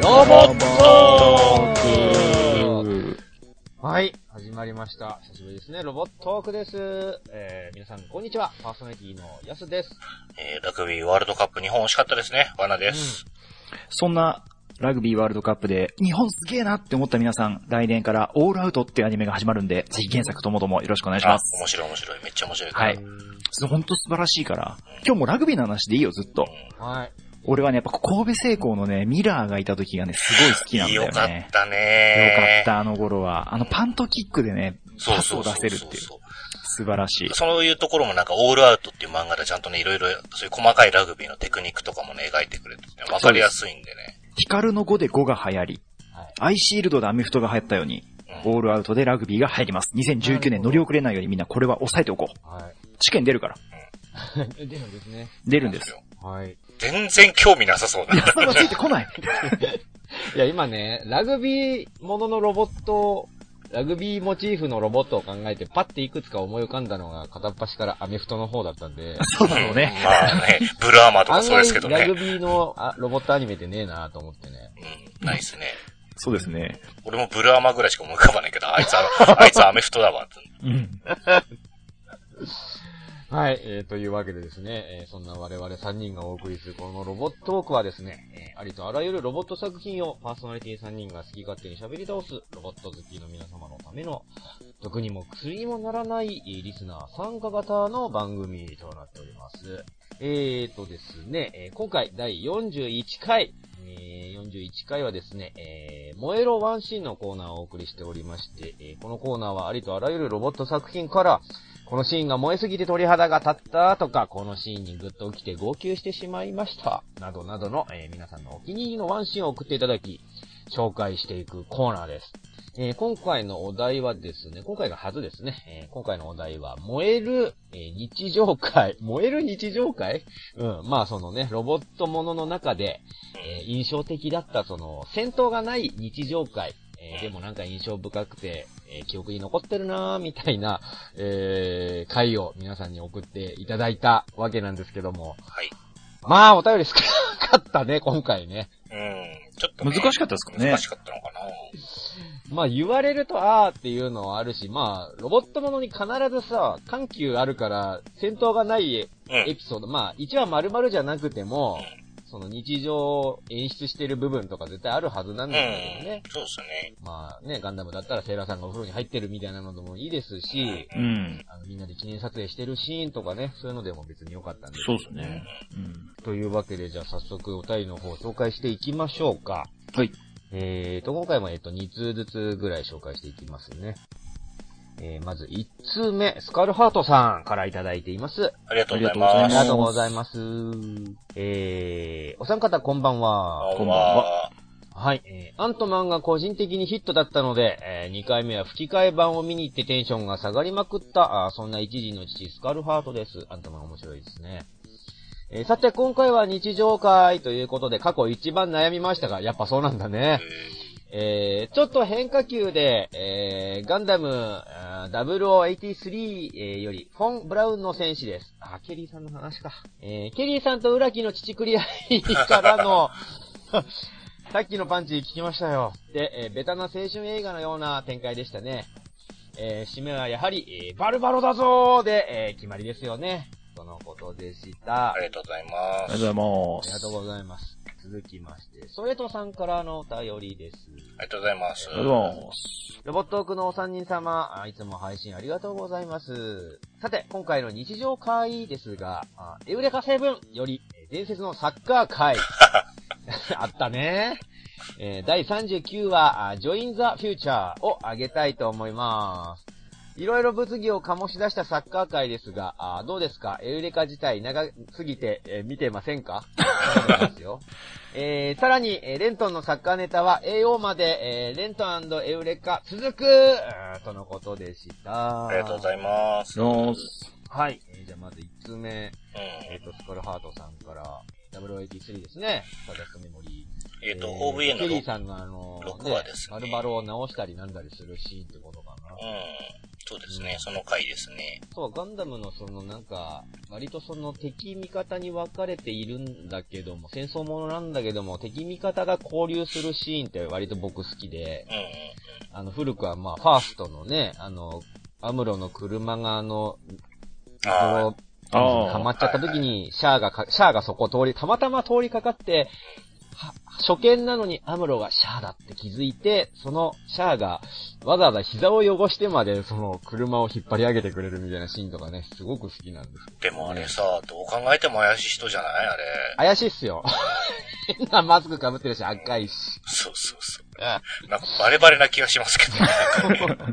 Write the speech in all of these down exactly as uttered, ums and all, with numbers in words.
ロボットーク。はい、始まりました。久しぶりですね。ロボットトークです。えー、皆さんこんにちは。パーソナリティのヤスです。 えー、ラグビーワールドカップ日本惜しかったですね。ワナです。うん、 そんなラグビーワールドカップで日本すげーなって思った皆さん、来年からオールアウトっていうアニメが始まるんで、ぜひ原作ともどもよろしくお願いします。 あ、面白い面白い。めっちゃ面白い。 はい。ほんと素晴らしいから、うん、今日もラグビーの話でいいよ、ずっと。 うん、はい。 俺はね、やっぱ神戸製鋼のね、ミラーがいた時がね、すごい好きなんだよね。 よかったね。 よかった、あの頃は。あのパントキックでね、パスを出せるっていう。素晴らしい。 そういうところもなんかオールアウトっていう漫画でちゃんとね、いろいろそういう細かいラグビーのテクニックとかもね、描いてくれてて、わかりやすいんでね。 ヒカルのごでごが流行り、はい、アイシールドでアメフトが流行ったように、うん、オールアウトでラグビーが入ります。にせんじゅうきゅうねん乗り遅れないようにみんなこれは押さえておこう。はい、試験出るから。 うん、出るんですね。 出るんです。 はい。 全然興味なさそうだ。 いや、それはついてこない。 いや、今ね、ラグビーもののロボット、ラグビーモチーフのロボットを考えて、パッていくつか思い浮かんだのが片っ端からアメフトの方だったんで。 そうなのね。 まあね、ブルーアーマーとかそうですけどね。 ラグビーのあロボットアニメってねえなと思ってね。 うん、ないっすね。 そうですね。 俺もブルーアーマーぐらいしか思い浮かばないけど、あいつは、あいつはアメフトだわ。 うん。 はい、えー、というわけでですね、えー、そんな我々さんにんがお送りするこのロボットトークはですね、えー、ありとあらゆるロボット作品をパーソナリティさんにんが好き勝手に喋り倒すロボット好きの皆様のための毒にも薬にもならないリスナー参加型の番組となっております。えーとですね、えー、今回だいよんじゅういっかい、えー、よんじゅういっかいはですね、えー、燃えろワンシーンのコーナーをお送りしておりまして、えー、このコーナーはありとあらゆるロボット作品からこのシーンが燃えすぎて鳥肌が立ったとか、このシーンにグッと起きて号泣してしまいました。などなどの、えー、皆さんのお気に入りのワンシーンを送っていただき、紹介していくコーナーです。えー、今回のお題はですね、今回が初ですね。えー、今回のお題は、燃える、えー、日常会。燃える日常会？うん。まあそのね、ロボットものの中で、えー、印象的だったその、戦闘がない日常会。えー、でもなんか印象深くて、えー、記憶に残ってるなーみたいな、えー、回を皆さんに送っていただいたわけなんですけども。 はい。 まあ、お便り少なかったね、今回ね。 うん。ちょっと、ね、 難しかったですかね。 難しかったのかな。 まあ、言われると、あーっていうのはあるし、まあ、ロボットものに必ずさ、緩急あるから、戦闘がないエピソード、うん、まあ、いちわ丸々じゃなくても、うんその日常を演出してる部分とか絶対あるはずなんだけどね。 うん、そうですよね。 まあね、ガンダムだったらセーラーさんがお風呂に入ってるみたいなのでもいいですし、 うん、 あのみんなで記念撮影してるシーンとかね、そういうのでも別に良かったんですけど、ね。そうですね。 うん。というわけで、じゃあ早速お便りの方を紹介していきましょうか。 はい。 えーと、今回もえっとに通ずつぐらい紹介していきますね。えー、まずいち通目、スカルハートさんからいただいています。 ありがとうございます。 ありがとうございます。えー、お三方こんばんは。 こんばんは。 はい、えー、アントマンが個人的にヒットだったので、えー、にかいめは吹き替え版を見に行ってテンションが下がりまくった、あそんな一時の父、スカルハートです。アントマン面白いですね。えー、さて、今回は日常会ということで、過去一番悩みましたが、やっぱそうなんだね。えー、ちょっと変化球で、えー、ガンダム、ダブルオーエイティースリーより、フォン・ブラウンの戦士です。あ、ケリーさんの話か。えー、ケリーさんとウラキの乳繰り合いからの、さっきのパンチ聞きましたよ。で、えー、ベタな青春映画のような展開でしたね。えー、締めはやはり、えー、バルバロだぞーで、えー、決まりですよね。とのことでした。 ありがとうございます。 ありがとうございます。 ありがとうございます。続きまして、ソレトさんからのお便りです。 ありがとうございます。 ありがとうございます。 ロボットークのお三人様、いつも配信ありがとうございます。さて、今回の日常会ですが、エウレカセブンより、伝説のサッカー会。あったね。えー、だいさんじゅうきゅうわ、ジョインザフューチャーをあげたいと思います。いろいろ物議を醸し出したサッカー界ですが、あどうですか？エウレカ自体長すぎて、えー、見てませんか？そうですよ。えー、さらに、えー、レントンのサッカーネタは エーオー まで、えー、レントン&エウレカ続くとのことでした。 ありがとうございます。 はい。えー、じゃあまずいち通目、うん、えっ、ー、と、スカルハートさんから、ダブリューエイティースリー ですね。サジャストメモリー。 えっ、ー、と、オーブイエー のケリーさんのあの、 ろくわですね。 バルバロを直したりなんだりするシーンってことかな。 うん。 そうですね、うん、その回ですね。 そう、ガンダムのそのなんか、割とその敵味方に分かれているんだけども、戦争ものなんだけども、敵味方が交流するシーンって割と僕好きで、うんうんうん、あの、古くはまあ、ファーストのね、あの、アムロの車があの、あの、はまっちゃった時に、シャアがか、シャアがそこを通り、たまたま通りかかって、初見なのにアムロがシャアだって気づいて、そのシャアがわざわざ膝を汚してまでその車を引っ張り上げてくれるみたいなシーンとかね、すごく好きなんですよ、ね。 でもあれさ、どう考えても怪しい人じゃないあれ。 怪しいっすよ。変なマスク被ってるし赤いし。 そうそうそう。なんかバレバレな気がしますけどね。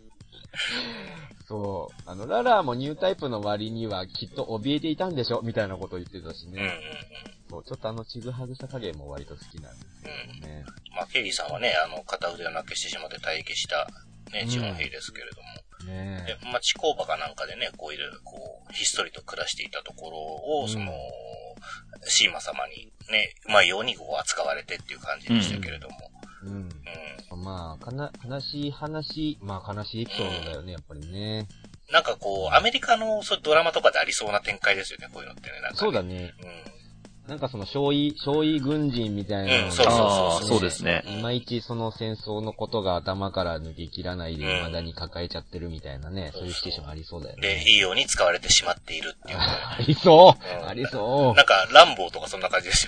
そう。あの、ララーもニュータイプの割にはきっと怯えていたんでしょみたいなことを言ってたしね。うんうんうん。そう、ちょっとあのちぐはぐさ加減も割と好きなんですけどね。 うん。まあ、ケリーさんはね、あの、片腕をなくしてしまって退役したね、ジオン兵ですけれども。うん、ねで、まあ、地工場かなんかでね、こういろいろこう、ひっそりと暮らしていたところを、うん、その、シーマ様にね、うまいようにこう扱われてっていう感じでしたけれども。うん。うんうん、まあ、かな、悲しい話、まあ悲しいエピソードだよね、やっぱりね。 なんかこう、アメリカのそうドラマとかでありそうな展開ですよね、こういうのってね。なんかねそうだね。うん。なんかその、少尉、少尉軍人みたいなのが、 うん、そうそうそう。 そうですね。 いまいちその戦争のことが頭から抜けきらないで、未だに抱えちゃってるみたいなね、うん、そういうシチュエーションありそうだよね。 で、いいように使われてしまっているっていう。 ありそう、うん、ありそう。 なんか、ランボーとかそんな感じですよ。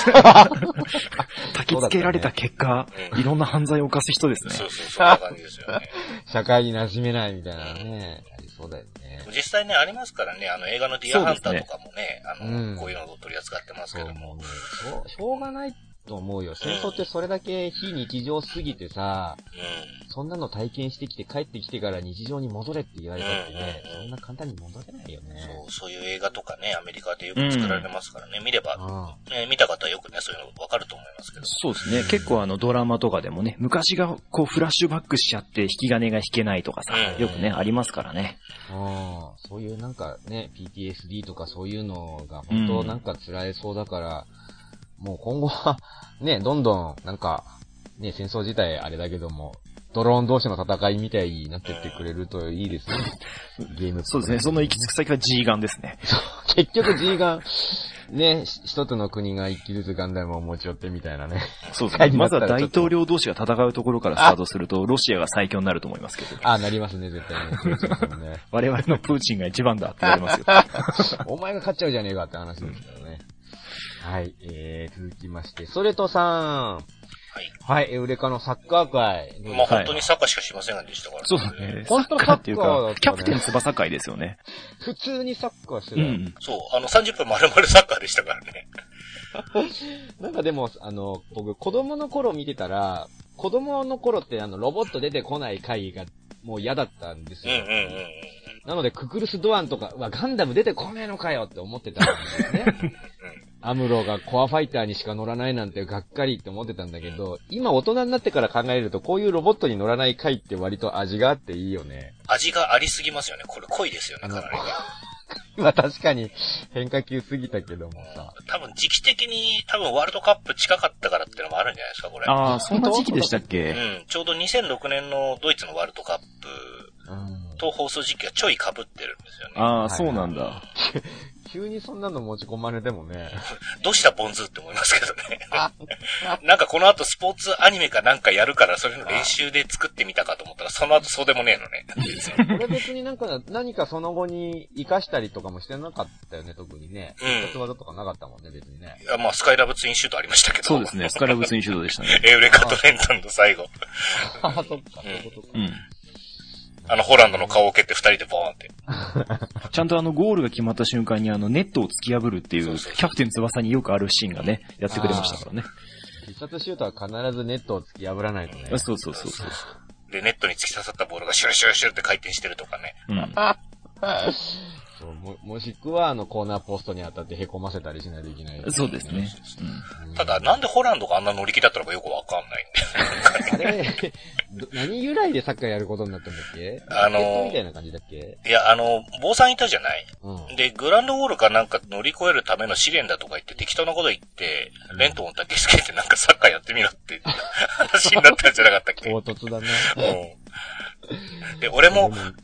焚き付けられた結果、うん、いろんな犯罪を犯す人ですね。 そうそう、そんな感じですよね。 社会に馴染めないみたいなね、うん、ありそうだよね。 実際ね、ありますからね、あの映画のディアハンターとかもね、ねあの、うん、こういうのを取り扱ってますけども。 しょう、しょうがないと思うよ。戦争ってそれだけ非日常すぎてさ、うん、そんなの体験してきて帰ってきてから日常に戻れって言われたってね、うんうんうん、そんな簡単に戻れないよね。 そう、そういう映画とかね、アメリカでよく作られてますからね、うん、見れば、ね、見た方はよくね、そういうのわかると思いますけど。 そうですね、結構あのドラマとかでもね、昔がこうフラッシュバックしちゃって引き金が引けないとかさ、うんうん、よくね、ありますからね。 ああ、そういうなんかね、ピーティーエスディー とかそういうのが本当なんか辛いそうだから、うん、もう今後は、ね、どんどんなんか、ね、戦争自体あれだけども、ドローン同士の戦いみたいになってってくれるといいですね。ゲーム。 そうですね、その行き着く先は G ガンですね。 結局 G ガン、ね、一つの国が一機ずつガンダムを持ち寄ってみたいなね。 そうですね。まずは大統領同士が戦うところからスタートすると、ロシアが最強になると思いますけど。 あ、なりますね、絶対ね。プーチンね我々のプーチンが一番だって言われますよ。 お前が勝っちゃうじゃねえかって話ですけどね。はい、えー、続きまして、ソレトさん。はい。はい、エウレカのサッカー会。 まあ本当にサッカーしかしませんでしたから、ね。 そうですね。 本当のサッカーっていうか、 キャプテン翼会ですよね。 普通にサッカーしてた。うん。 そう、あのさんじゅっぷん丸々サッカーでしたからね。 なんかでも、あの、僕、子供の頃見てたら、子供の頃ってあの、ロボット出てこない回がもう嫌だったんですよ。うんうんうん。なので、ククルスドアンとか、うわ、ガンダム出てこねえのかよって思ってたんですよね。アムロがコアファイターにしか乗らないなんてがっかりって思ってたんだけど、今大人になってから考えると、こういうロボットに乗らない回って割と味があっていいよね。 味がありすぎますよね。これ濃いですよね、かなりね。 まあ確かに変化球すぎたけどもさ。 多分時期的に多分ワールドカップ近かったからってのもあるんじゃないですか、これ。 ああ、そんな時期でしたっけ？ うん。ちょうどにせんろくねんのドイツのワールドカップと放送時期がちょい被ってるんですよね。 ああ、そうなんだ。 急にそんなの持ち込まれてもね。 どうしたボンズって思いますけどね。なんかこの後スポーツアニメかなんかやるからそれの練習で作ってみたかと思ったらその後そうでもねえのね。 これ別になんか何かその後に活かしたりとかもしてなかったよね、特にね。うん。技とかなかったもんね、別にね。 いや、まあスカイラブツインシュートありましたけど。 そうですね、スカイラブツインシュートでしたね。 エウレカとレントンの最後。 ああ、そっか、そういうことか。うん。 あの、ホランドの顔を蹴って二人でボーンって。 ちゃんとあの、ゴールが決まった瞬間にあの、ネットを突き破るっていう、そうそうそうキャプテン翼によくあるシーンがね、やってくれましたからね。 必殺シュートは必ずネットを突き破らないとね。 そうそうそうそう。 で、ネットに突き刺さったボールがシュルシュルシュルって回転してるとかね。うん。 そうも、もしくはあのコーナーポストに当たって凹ませたりしないといけない、 ね。そうですね。 うん、ただ、なんでホランドがあんな乗り気だったのかよくわかんないんで。 あれ、何由来でサッカーやることになったんだっけ？ あのー、 みたいな感じだっけ？ いや、あの、坊さんいたじゃない、うん、で、グランドウォールかなんか乗り越えるための試練だとか言って適当なこと言って、うん、レントンを抱きつけてなんかサッカーやってみろって話になったんじゃなかったっけ？ 唐突だね。 うん。で、俺も、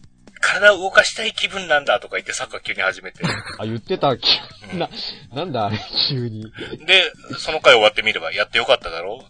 体を動かしたい気分なんだとか言ってサッカー急に始めて。 あ、言ってたっけ、うん、な、なんだあれ、急に。 で、その回終わってみれば、やってよかっただろよ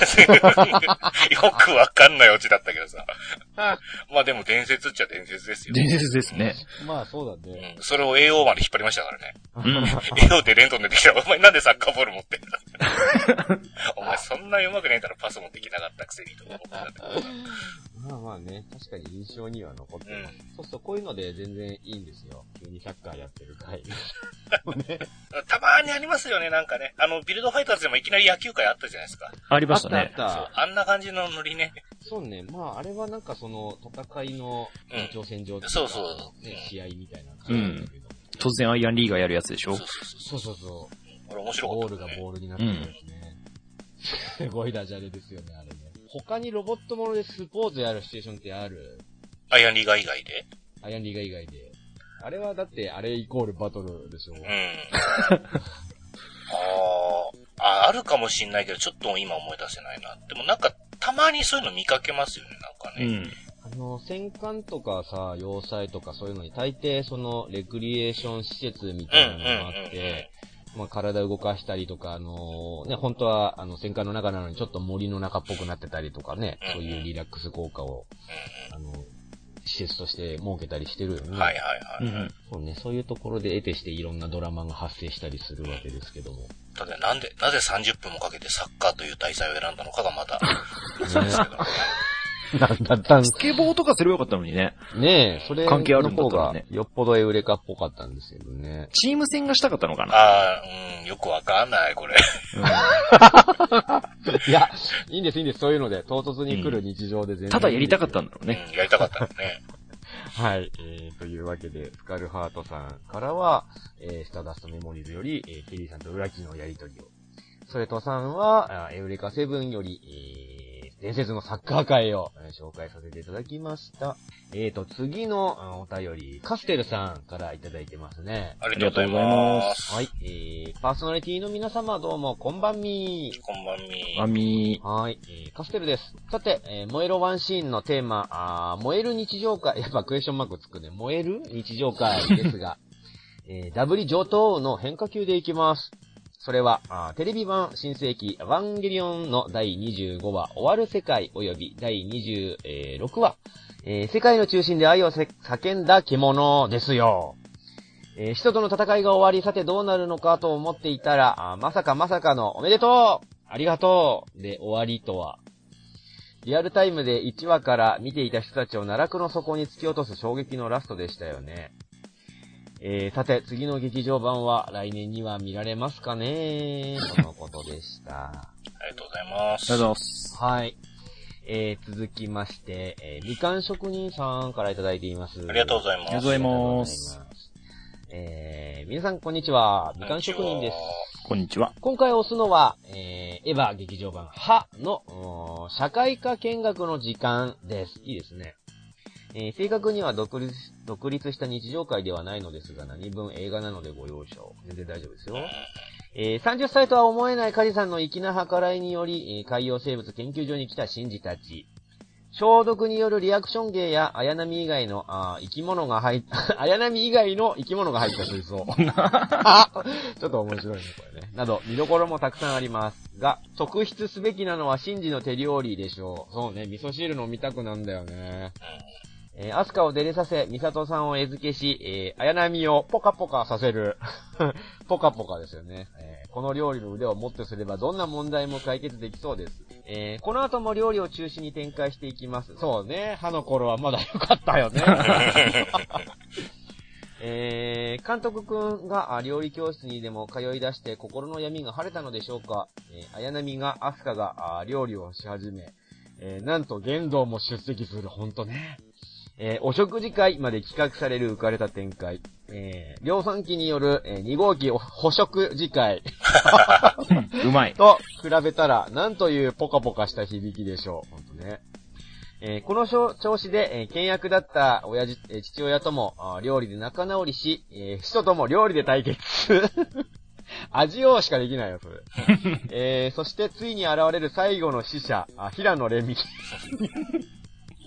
くわかんないオチだったけどさ。まあでも伝説っちゃ伝説ですよ。 伝説ですね。 まあそうだね。 うん。それを エーオー まで引っ張りましたからね。うん、エーオー でレントン出てきたら、お前なんでサッカーボール持ってんだお前そんな上手くねえからパスもできなかったくせにと思ってたんだけど。 まあまあね、確かに印象には残ってます。うん、そうそう、こういうので全然いいんですよ。急にサッカーやってる回。 ね、たまーにありますよね、なんかね。あの、ビルドファイターズでもいきなり野球会あったじゃないですか。 ありましたね。 あったあった。 そう、あんな感じのノリね。 そうね、まああれはなんかその、戦いの延長線上、 うん、そうそう、 ね、試合みたいな感じなんだけど、 うん。突然アイアンリーガーやるやつでしょ。 そうそうそうそう。 これ面白かった、ね。 ボールがボールになってるやつね。うん、すごいダジャレですよね、あれね。他にロボットものでスポーツやるシチュエーションってある？ アイアンリーガー以外で？ アイアンリーガー以外で。あれはだって、あれイコールバトルでしょ。うん。 ああ、あるかもしんないけど、ちょっと今思い出せないな。でもなんか、たまにそういうの見かけますよね、なんかね。 うん。あの、戦艦とかさ、要塞とかそういうのに大抵その、レクリエーション施設みたいなのがあって、まあ、体動かしたりとか、あのー、ね、本当は、あの、戦艦の中なのにちょっと森の中っぽくなってたりとかね、そういうリラックス効果を、あの、施設として設けたりしてるよね。 はいはいはい、はい。 そうね、そういうところで得てしていろんなドラマが発生したりするわけですけども。 ただなんで、なぜさんじゅっぷんもかけてサッカーという題材を選んだのかがまた、そうですけどね。 なんだったんスケボーとかすればよかったのにね。 ねえ、それ関係あるんだったらね。 よっぽどエウレカっぽかったんですけどね。 チーム戦がしたかったのかな。 ああ、うん、よくわかんない、これ。うん、 いや、いいんです、いいんです、そういうので、唐突に来る日常で全然、うん。 ただやりたかったんだろうね。 うん、やりたかったんだね。 はい、えー、というわけで、スカルハートさんからは、えー、スターダストメモリーズより、えー、ケリーさんと裏木のやりとりを。それとさんは、エウレカセブンより、えー、伝説のサッカー界を、えー、紹介させていただきました。えーと、次のお便り、カステルさんからいただいてますね。 ありがとうございます。 はい、えー、パーソナリティの皆様どうも、こんばんみー。 こんばんみー。 こんばんみー。はい、えー、カステルです。さて、えー、燃えろワンシーンのテーマ、あー燃える日常会、やっぱクエスチョンマークつくね、燃える日常会ですが、えー、ダブリ上等の変化球でいきます。それは、テレビ版新世紀エヴァンゲリオンのだいにじゅうごわ、終わる世界及びだいにじゅうろくわ、えー、世界の中心で愛を叫んだ獣ですよ。えー、人との戦いが終わり、さてどうなるのかと思っていたら、まさかまさかのおめでとうありがとうで終わりとは。リアルタイムでいちわから見ていた人たちを奈落の底に突き落とす衝撃のラストでしたよね。えー、さて、次の劇場版は来年には見られますかねとのことでした。 ありがとうございます。 ありがとうございます。 はい。えー、続きまして、えー、みかん職人さんからいただいています。 ありがとうございます。 ありがとうございます。 えー、皆さんこんにちは。みかん職人です。 こんにちは。 今回押すのは、えー、エヴァ劇場版、はの、社会科見学の時間です。いいですね。えー、正確には独立、独立した日常会ではないのですが、何分映画なのでご容赦を。全然大丈夫ですよ。えー、さんじゅっさいとは思えないカジさんの粋な計らいにより、えー、海洋生物研究所に来た神事たち。消毒によるリアクション芸や綾波以外の、あ生き物が入っ、綾波以外の生き物が入った水槽。ちょっと面白いね、これね。など、見どころもたくさんありますが、特筆すべきなのは神事の手料理でしょう。そうね、味噌汁飲みたくなんだよね。えー、アスカを出れさせ、ミサトさんを餌付けし、えー、綾波をポカポカさせる。ポカポカですよね、えー。この料理の腕をもってすればどんな問題も解決できそうです。えー、この後も料理を中心に展開していきます。そうね、歯の頃はまだ良かったよね。えー、監督くんが料理教室にでも通い出して心の闇が晴れたのでしょうか。えー、綾波がアスカが料理をし始め、えー、なんと玄道も出席する。ほんとね。えー、お食事会まで企画される浮かれた展開。えー、量産機による、えー、に号機捕食次会。 うまい。 と比べたら、なんというポカポカした響きでしょう。ほんとね。えー、この調子で、えー、倹約だった親父、えー、父親とも料理で仲直りし、えー、人とも料理で対決。味王しかできないよ、それ。えー、そしてついに現れる最後の死者、あ、平野レミ。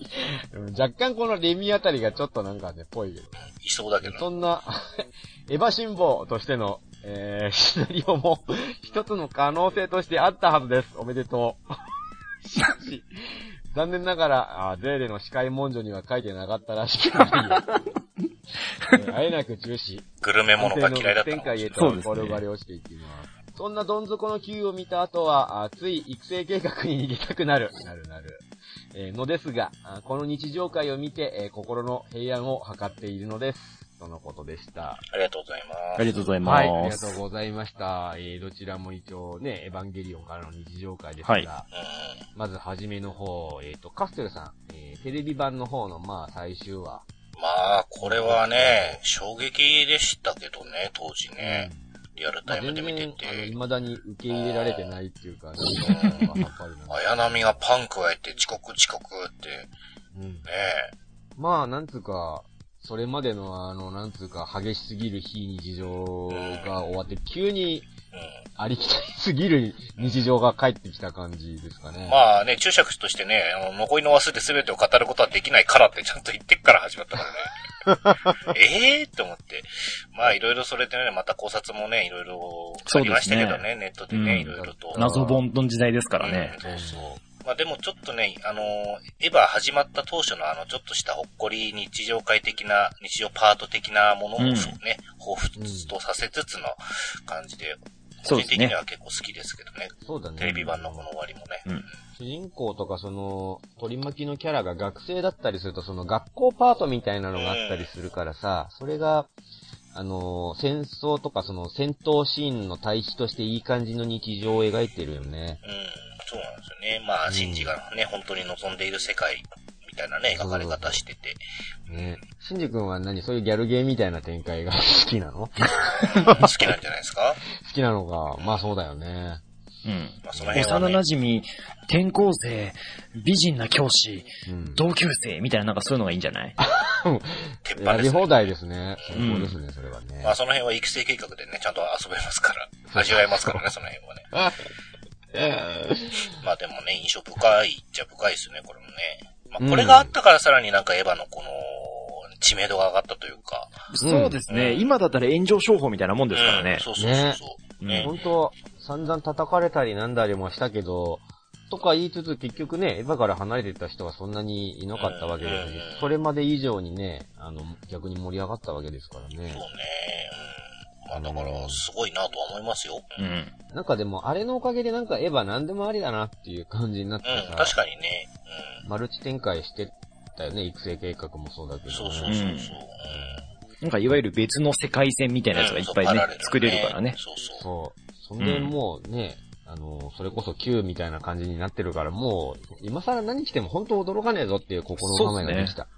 若干このレミあたりがちょっとなんかね、ぽいけど。 いそうだけど。 そんな、エヴァ辛抱としての、えー、シナリオも一つの可能性としてあったはずです。おめでとう。しかし、残念ながら、あゼーレの司会文書には書いてなかったらしくないよ。えー、あえなく中止。 グルメものが嫌いだったの展開へと転がり落ちていきます。そんなどん底の級を見た後は、あつい育成計画に逃げたくなる。なるなる。えー、のですが、この日常会を見て、えー、心の平安を図っているのです。とのことでした。 ありがとうございます。 ありがとうございます。 はい、ありがとうございました。えー、どちらも一応ね、エヴァンゲリオンからの日常会ですが、はい、まずはじめの方、えっ、ー、と、カステルさん、えー、テレビ版の方の、まあ、最終話。 まあ、これはね、衝撃でしたけどね、当時ね。うんリアルタイムで見てて。 まあ、未だに受け入れられてないっていうか、 綾波がパン加えて遅刻遅刻って、うん、ねえ。 まあ、なんつうか、それまでのあの、なんつうか、激しすぎる非日常が終わって、うん、急に、ありきたりすぎる日常が帰ってきた感じですかね。 まあね、注釈としてね、あの残りの話数で全てを語ることはできないからってちゃんと言ってっから始まったからね。ええーって思って。まあいろいろそれでね、また考察もね、いろいろありましたけどね、ねネットでね、いろいろと。 謎本の時代ですからね。 うん、そうそう。まあでもちょっとね、あの、エヴァ始まった当初のあの、ちょっとしたほっこり日常会的な、日常パート的なものをね、うん、彷彿とさせつつの感じで、個人的には結構好きですけどね。 そうだね。 テレビ版のこの終わりもね。うん、 主人公とかその、取り巻きのキャラが学生だったりすると、その学校パートみたいなのがあったりするからさ、うん、それが、あのー、戦争とかその戦闘シーンの対比としていい感じの日常を描いてるよね。 うん、そうなんですよね。まあ、シンジがね、うん、本当に望んでいる世界みたいなね、描かれ方してて。 ね。シンジ君は何そういうギャルゲーみたいな展開が好きなの？ 好きなんじゃないですか？ 好きなのか。まあそうだよね。 うん。まあ、その辺はね、幼馴染、転校生、美人な教師、うん、同級生みたいななんかそういうのがいいんじゃない？ 鉄板ですね。 やり放題ですね。最高ですね、それはね。 まあその辺は育成計画でね、ちゃんと遊べますから。味わえますからね、その辺はね。まあでもね、印象深いっちゃ深いですね、これもね。まあこれがあったからさらになんかエヴァのこの、知名度が上がったというか。 そうですね、うん。今だったら炎上商法みたいなもんですからね。うん、 そうそうそうそう。 ね。本当散々叩かれたりなんだりもしたけど、とか言いつつ結局ね、エヴァから離れてた人はそんなにいなかったわけですし、それまで以上にね、あの、逆に盛り上がったわけですからね。そうね。 うん、まあだから、すごいなとは思いますよ。 うん。なんかでも、あれのおかげでなんかエヴァ何でもありだなっていう感じになってさ。 うん、確かにね。 うん。マルチ展開してたよね、育成計画もそうだけど、ね。 そうそうそうそう。うんなんかいわゆる別の世界線みたいなやつがいっぱいね、うん、作れるからね。 そうそう。 そう。そんでもうね、うん、あの、それこそ Q みたいな感じになってるから、もう、今更何来ても本当驚かねえぞっていう心の構えができた。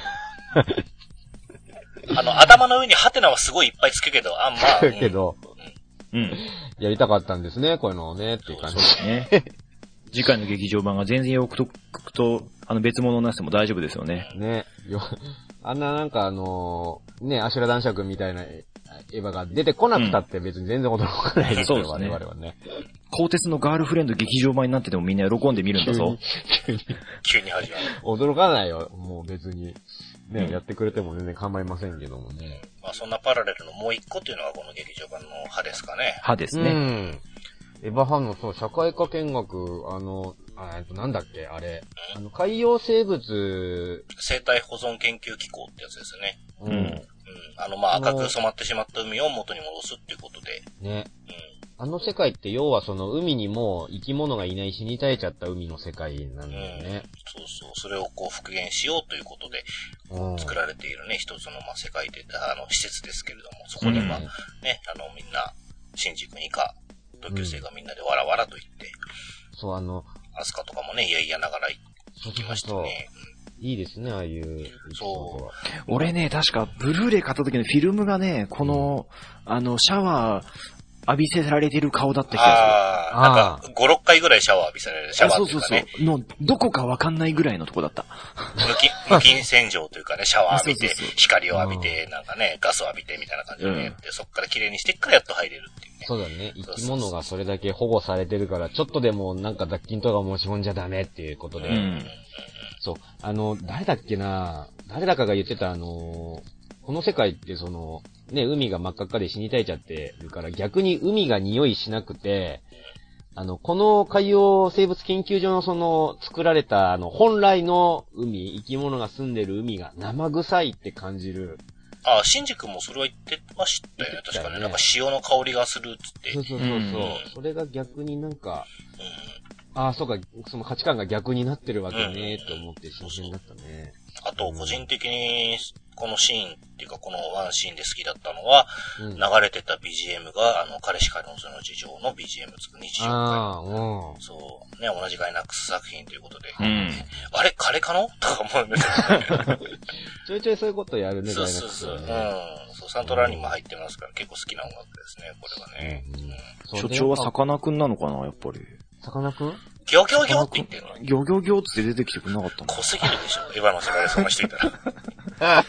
ね、あの、頭の上にハテナはすごいいっぱいつくけど、あんまあ。 けど、うん。やりたかったんですね、こういうのをね、っていう感じですね。次回の劇場版が全然よくとくと、あの別物なしても大丈夫ですよね。 ね。よあんななんかあのー、ね、アシュラ男爵みたいなエヴァが出てこなくたって別に全然驚かないですよ、うん、我々はね。 鋼鉄のガールフレンド劇場版になっててもみんな喜んで見るんだぞ。 急に。急に始まる。 驚かないよ、もう別に。ね、うん、やってくれても全然構いませんけどもね。 まあそんなパラレルのもう一個っていうのがこの劇場版の派ですかね。 派ですね。 うん。エヴァファンのそう、社会科見学、あの、あえっと、なんだっけ、あれ。うん、あの、海洋生物。 生態保存研究機構ってやつですね。 うん。うん。 あの、まあ、赤く染まってしまった海を元に戻すっていうことで。 ね。うん。あの世界って要はその海にも生き物がいない死に絶えちゃった海の世界なんだよね。 うん、そうそう。それをこう復元しようということで、うん、作られているね、一つのまあ世界で、あの、施設ですけれども、そこにまあ、うん、ね、あの、みんな、シンジ君以下、同級生がみんなでわらわらと言って、 うん、そう、あの、 アスカとかもね、いやいやながら行きましたね。そうそうそういいですね、ああいう。 そう。俺ね、確か、ブルーレイ買った時のフィルムがね、この、うん、あの、シャワー、浴びせられてる顔だった気がする。 ああ、なんか、ご、ろっかいぐらいシャワー浴びせられる。シャワーっていうかね。 そうそうそう。の、どこかわかんないぐらいのとこだった。 無菌、無菌洗浄というかね、シャワー浴びて、そうそうそう光を浴びて、なんかね、ガスを浴びてみたいな感じでね、うん、でそっから綺麗にしてからやっと入れるっていうね。 そうだね。生き物がそれだけ保護されてるから、ちょっとでもなんか雑菌とか持ち込んじゃダメっていうことで、うん、 そう、あの、誰だっけな誰だかが言ってたあの、この世界ってその、ね、海が真っ赤っかで死に絶えちゃってるから逆に海が匂いしなくて、あの、この海洋生物研究所のその、作られたあの、本来の海、生き物が住んでる海が生臭いって感じる。 ああ、シンジ君もそれは言ってましたよね。確かね。なんか塩の香りがするっつって。 そうそうそうそう。うん、それが逆になんか、うん、ああ、そうか、その価値観が逆になってるわけね、と思って新鮮だったね。 あと、個人的に、このシーンっていうか、このワンシーンで好きだったのは、うん、流れてた ビージーエム が、あの、彼氏彼女の事情の ビージーエム つく日常会。あうん、そう。ね、同じガイナックス作品ということで。うん、あれ彼かのとか思うんですよね。 ちょいちょいそういうことやるね、 そうそうそう。うん。そう、サントラにも入ってますから、結構好きな音楽ですね、これはね。 うん。所長はさかなクンなのかな、やっぱり。 さかなクンギョギョギョって言ってんのギョギョギョって出てきてくれなかったの濃すぎるでしょ。エヴァの世界でそんな人いたら。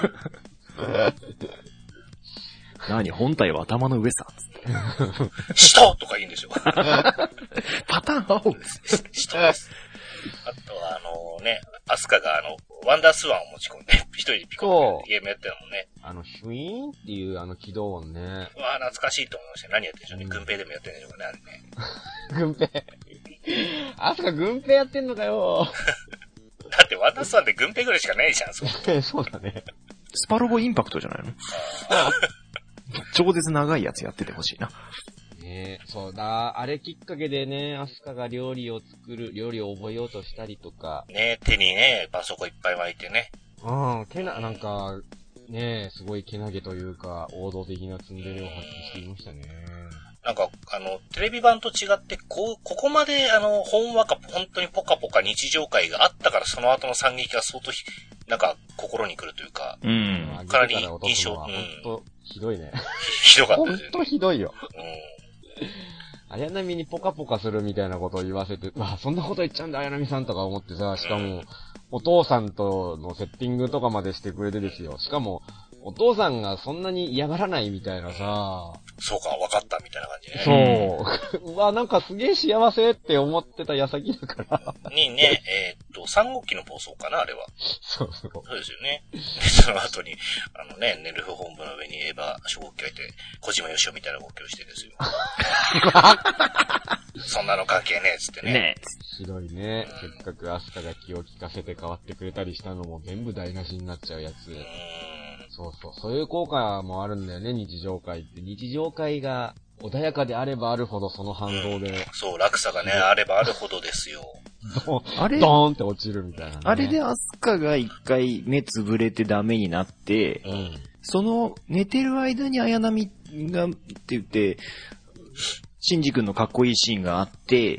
何本体は頭の上さ。 使徒とか言うんでしょ。 パターン青です。 使徒です。あとはあのね、アスカがあの、ワンダースワンを持ち込んで、一人でピコってゲームやってるのもね。 あの、ヒュイーンっていうあの起動音ね。 うわぁ、懐かしいと思いました。何やってんでしょうね。軍兵でもやってんでしょうかね、あれね。 軍兵。アスカ軍兵やってんのかよ。 だってワンダースワンって軍兵ぐらいしかないじゃん、 そう。そうだね。 スパロボインパクトじゃないの超絶長いやつやっててほしいな。 ねえ、そうだ、あれきっかけでね、アスカが料理を作る、料理を覚えようとしたりとか。 ねえ、手にね、パソコンいっぱい巻いてね。 うん、けな、なんか、ねえ、すごいけなげというか、王道的なツンデレを発揮していましたね。 なんか、あの、テレビ版と違って、こう、ここまで、あの、ほんわか、本当にポカポカ日常会があったから、その後の惨劇が相当ひ、なんか、心に来るというか、 うん。 かなり印象、うん。 ほんと、ひどいね。 ひどかったですよね。ほんとひどいよ。 うん。 綾波にポカポカするみたいなことを言わせて、わあ、そんなこと言っちゃうんだ、綾波さんとか思ってさ、しかも、うん、お父さんとのセッティングとかまでしてくれてですよ。しかも、お父さんがそんなに嫌がらないみたいなさ、 そうか、わかったみたいな感じね。 そう。うわ、なんかすげえ幸せって思ってた矢先だから。 にね、えー、っと、三国記の暴走かな、あれは。 そうそう。 そうですよね。その後に、あのね、ネルフ本部の上にエヴァ初号機がいて、小島よしおみたいな動きをしてですよ。そんなの関係ねえっつってね。ねひどいね。うん、せっかくアスカが気を利かせて変わってくれたりしたのも全部台無しになっちゃうやつ。うんそうそう。そういう効果もあるんだよね、日常会って。日常会が穏やかであればあるほどその反動で。うん、 そう、落差がね、あればあるほどですよ。 あれドーンって落ちるみたいな、ね。 あれでアスカが一回目つぶれてダメになって、うん、その寝てる間に綾波がって言って、シンジ君のかっこいいシーンがあって、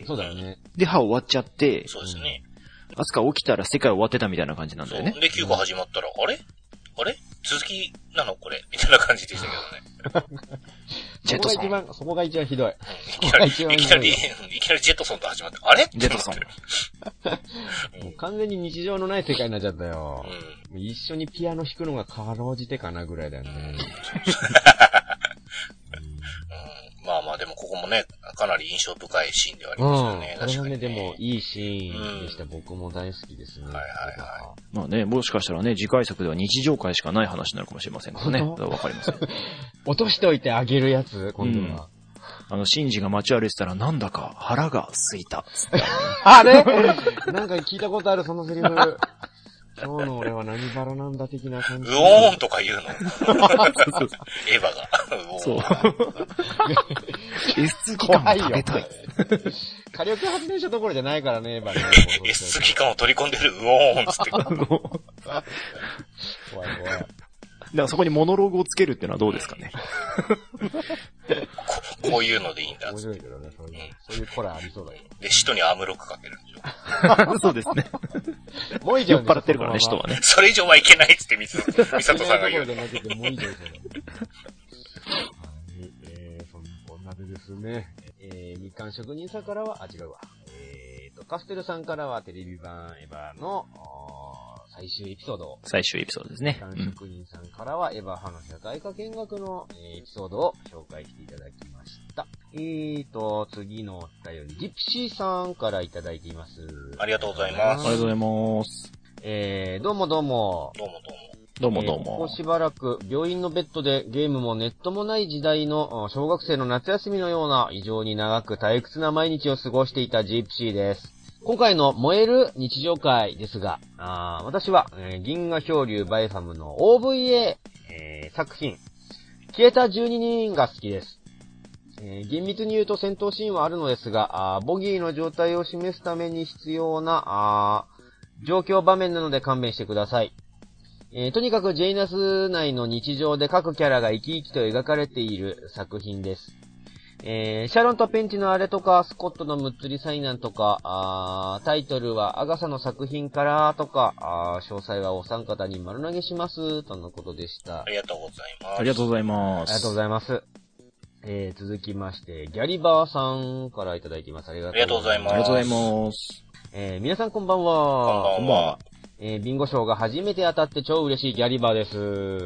そうだよね。 で、歯終わっちゃって、 そうですね。 アスカ起きたら世界終わってたみたいな感じなんだよね。 で、きゅうこ始まったら、あれあれ続きなのこれみたいな感じでしたけどね。 ジェットソン。そこが一番、そこが一番ひどい。うん、 いきなり、いきなり、いきなりジェットソンと始まって、あれジェットソン。 もう完全に日常のない世界になっちゃったよ。うん、一緒にピアノ弾くのがかろうじてかなぐらいだよね。うんまあまあでもここもね、かなり印象深いシーンではありますよね。 うん、これはね、でもいいシーンでした。うん、僕も大好きですね。 はいはいはい。 まあね、もしかしたらね、次回作では日常会しかない話になるかもしれませんからね。わかりません。 落としておいてあげるやつ今度は。 うん、あの、シンジが街歩いてたらなんだか腹が空いた。 あれなんか聞いたことある、そのセリフ。今日の俺は何バラなんだ的な感じ。 うおーんとか言うの。エヴァが。 そう。エス 機関を食べたい。 火力発電所どころじゃないからね、エヴァね。 エス 機関を取り込んでる、うおーんつって。怖い怖い。 だからそこにモノローグをつけるっていうのはどうですかね。 こ, こういうのでいいんだ。 面白いけどね、そういう、うん、そういうコラありそうだよ。 で、使徒にアームロックかけるんでしょ。そうですね。 もう以上酔っ払ってるからね、使徒はね。 それ以上はいけないっつってミサトさんが言う。 じゃなくてもう以上そうだ。えー、そんなこんなでですね。えー、日刊職人さんからは、あ、違うわ。えーと、カステルさんからはテレビ版エヴァの、最終エピソードを。 最終エピソードですね。 日刊職人さんからはエヴァ派の社会科見学のエピソードを紹介していただきました。 えーと、次のお便り、ジプシーさんからいただいています。 ありがとうございます。 ありがとうございます。 えー、どうもどうも。 どうもどうも。 どうもどうも。 えー、ここしばらく病院のベッドでゲームもネットもない時代の小学生の夏休みのような異常に長く退屈な毎日を過ごしていたジプシーです。今回の燃える日常会ですが、あ私は、えー、銀河漂流バイファムの オーブイエー、えー、作品、消えたじゅうににんが好きです。えー、厳密に言うと戦闘シーンはあるのですが、あボギーの状態を示すために必要なあ状況場面なので勘弁してください。えー、とにかくジェイナス内の日常で各キャラが生き生きと描かれている作品です。えー、シャロンとペンチのあれとか、スコットのむっつり災難とか、あタイトルはアガサの作品からとか、あ詳細はお三方に丸投げします、とのことでした。 ありがとうございます。 ありがとうございます。 ありがとうございます。えー、続きまして、ギャリバーさんからいただいています。ありがとうございます。 ありがとうございます。 えー、皆さんこんばんは。 こんばんは。 えー、ビンゴ賞が初めて当たって超嬉しいギャリバーです。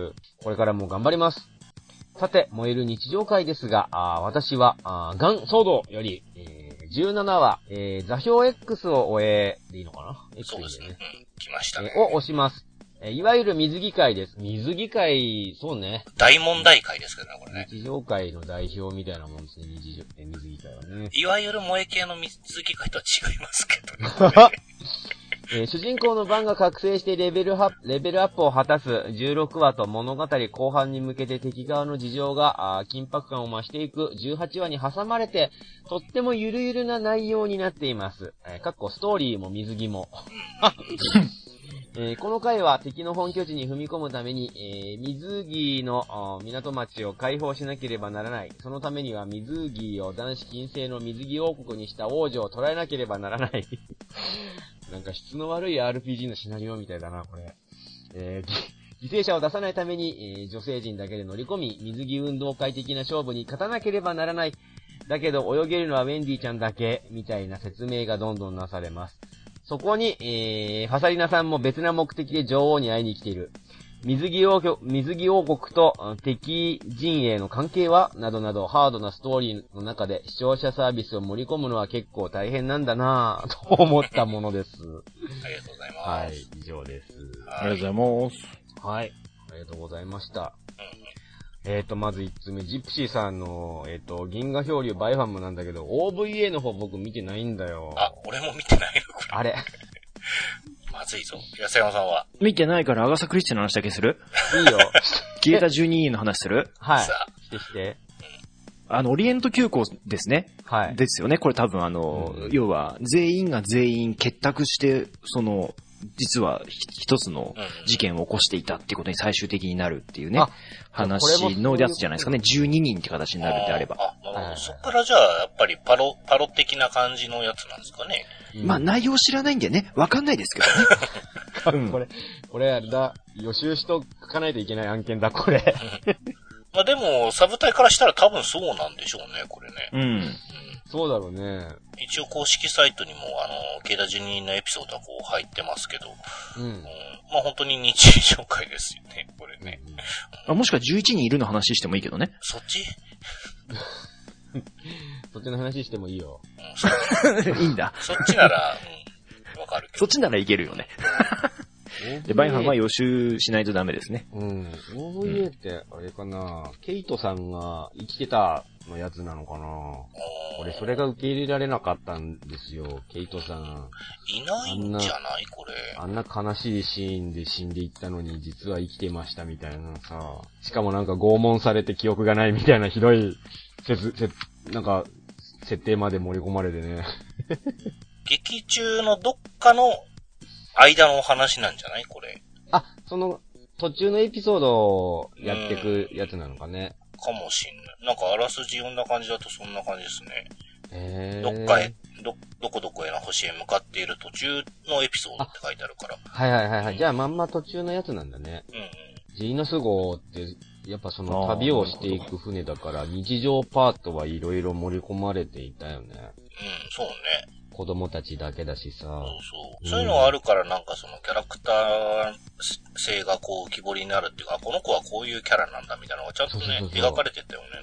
これからも頑張ります。さて、燃える日常会ですが、あ私は、あガンソードより、えー、じゅうななわ、えー、座標 X を終え、でいいのかな ?X でね。 そうですね。うん、来ましたね。 えー、を押します。えー、いわゆる水着会です。水着会、そうね。 大問題会ですけどね、これね。 日常会の代表みたいなもんですね、日常、えー、水着会はね。 いわゆる萌え系の水着会とは違いますけどね。 えー、主人公のバンが覚醒してレベルアップ、レベルアップを果たすじゅうろくわと物語後半に向けて敵側の事情が緊迫感を増していくじゅうはちわに挟まれて、とってもゆるゆるな内容になっています。えー、かっこストーリーも水着も。えー、この回は敵の本拠地に踏み込むために、えー、水着の港町を解放しなければならない。そのためには水着を男子禁制の水着王国にした王女を捕らえなければならない。なんか質の悪い アールピージー のシナリオみたいだな、これ。えー、犠牲者を出さないために、えー、女性陣だけで乗り込み、水着運動会的な勝負に勝たなければならない。だけど泳げるのはウェンディちゃんだけ、みたいな説明がどんどんなされます。そこに、えー、ファサリナさんも別な目的で女王に会いに来ている。水着王国、水着王国と敵陣営の関係はなどなどハードなストーリーの中で視聴者サービスを盛り込むのは結構大変なんだなぁと思ったものです。 ありがとうございます。 はい、以上です。 ありがとうございます。 はい、ありがとうございました。うん、えーと、まずいつつめ、ジプシーさんの、えーと、銀河漂流バイファムなんだけど、オーブイエー の方僕見てないんだよ。 あ、俺も見てないのこれ。 あれまずいぞ。安山さんは見てないからアガサクリスティの話だけする？ いいよ。 消えたじゅうににんの話する？ はい。してして。 あの、オリエント急行ですね。 はい。 ですよね。これ多分あの、うん、要は、全員が全員結託して、その、実は一つの事件を起こしていたっていうことに最終的になるっていうね、うん、話のやつじゃないですかね。じゅうににんって形になるんであれば。 ああ、なるほど。そっからじゃあ、やっぱりパロ、パロ的な感じのやつなんですかね。 うん、まあ、内容知らないんでね、わかんないですけどね。 これ、これあれだ、予習しとかないといけない案件だ、これ。 まあでも、サブ隊からしたら多分そうなんでしょうね、これね。 うん。うん、 そうだろうね。 一応公式サイトにも、あの、ケイダじゅうににんのエピソードはこう入ってますけど、うん。うん、まあ本当に日常会ですよね、これね。 うん、あもしくはじゅういちにんいるの話してもいいけどね。 そっちそっちの話してもいいよ。 うん、いいんだ。 そっちなら、うん、わかるけど。 そっちならいけるよね。で、バイファンは予習しないとダメですね。 うん。オーブイエー って、あれかな、うん、ケイトさんが生きてたのやつなのかな。俺、それが受け入れられなかったんですよ、ケイトさん。 いないんじゃないこれ。 あんな悲しいシーンで死んでいったのに、実は生きてましたみたいなさ。しかもなんか拷問されて記憶がないみたいなひどい、せつ、せ、なんか、設定まで盛り込まれてね。 劇中のどっかの、間のお話なんじゃないこれ。 あ、その、途中のエピソードをやってくやつなのかね。 かもしんない。なんかあらすじ読んだ感じだとそんな感じですね。 へー。 どっかへ、ど、どこどこへの星へ向かっている途中のエピソードって書いてあるから。 はいはいはいはい。うん、じゃあまんま途中のやつなんだね。 うんうん。 ジーナス号って、やっぱその旅をしていく船だから、日常パートはいろいろ盛り込まれていたよね。うん、 そうね。 子供たちだけだしさ。そうそう。そういうのがあるからなんかそのキャラクター性がこう浮き彫りになるっていうか、この子はこういうキャラなんだみたいなのがちゃんとね、描かれてたよね、なんかね。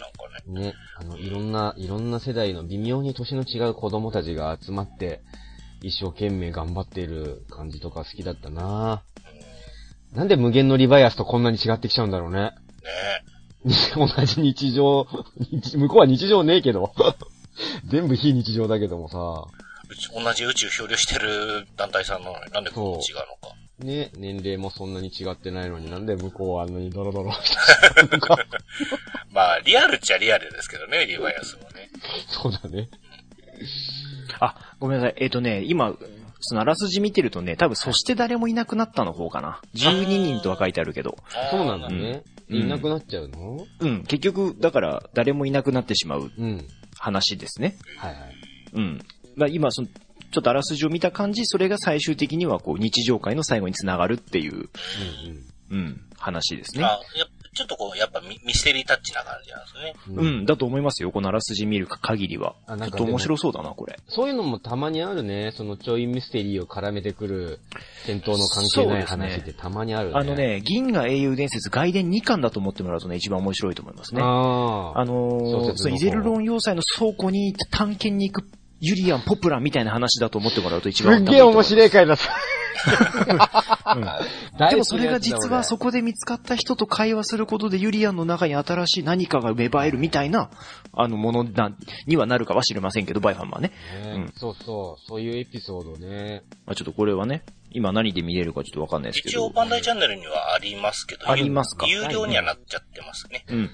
ね、あの、いろんな、いろんな世代の微妙に年の違う子供たちが集まって、一生懸命頑張っている感じとか好きだったな。なんで無限のリバイアスとこんなに違ってきちゃうんだろうね。ね。同じ日常、向こうは日常ねえけど。全部非日常だけどもさ。 同じ宇宙漂流してる団体さんなのになんでこう違うのか。 ね、年齢もそんなに違ってないのになんで向こうはあんなにドロドロしてるのか。 まあ、リアルっちゃリアルですけどね、リバイアスもね。 そうだね。 あ、ごめんなさい。えっ、ー、とね、今、そのあらすじ見てるとね、多分そして誰もいなくなったの方かな。じゅうににんとは書いてあるけど。 そうなんだね。うん、いなくなっちゃうの？ うん、結局、だから誰もいなくなってしまう話ですね。 うん、はいはい。 うん。まあ、今、その、ちょっとあらすじを見た感じ、それが最終的にはこう日常会の最後につながるっていう、うん、うん、うん、話ですね。 あ、やちょっとこう、やっぱミミステリータッチな感じなんですね。 うん、うん、だと思いますよ。このあらすじ見る限りは。ちょっと面白そうだな、これ。 そういうのもたまにあるね。そのちょいミステリーを絡めてくる戦闘の関係ない話ってたまにあるね。 あのね、銀河英雄伝説外伝にかんだと思ってもらうとね、一番面白いと思いますね。ああのー、そのイゼルロン要塞の倉庫に探検に行くユリアン、ポプラみたいな話だと思ってもらうと一番すっげえ面白い回だった。 うん、でもそれが実はそこで見つかった人と会話することでユリアンの中に新しい何かが芽生えるみたいなあのものなにはなるかは知りませんけど、バイファンはね。 ね、うん、そうそう、そういうエピソードね。 まあ、ちょっとこれはね、今何で見れるかちょっとわかんないですけど。 一応バンダイチャンネルにはありますけど、 ありますか。 有料にはなっちゃってますね。 うんうんうん。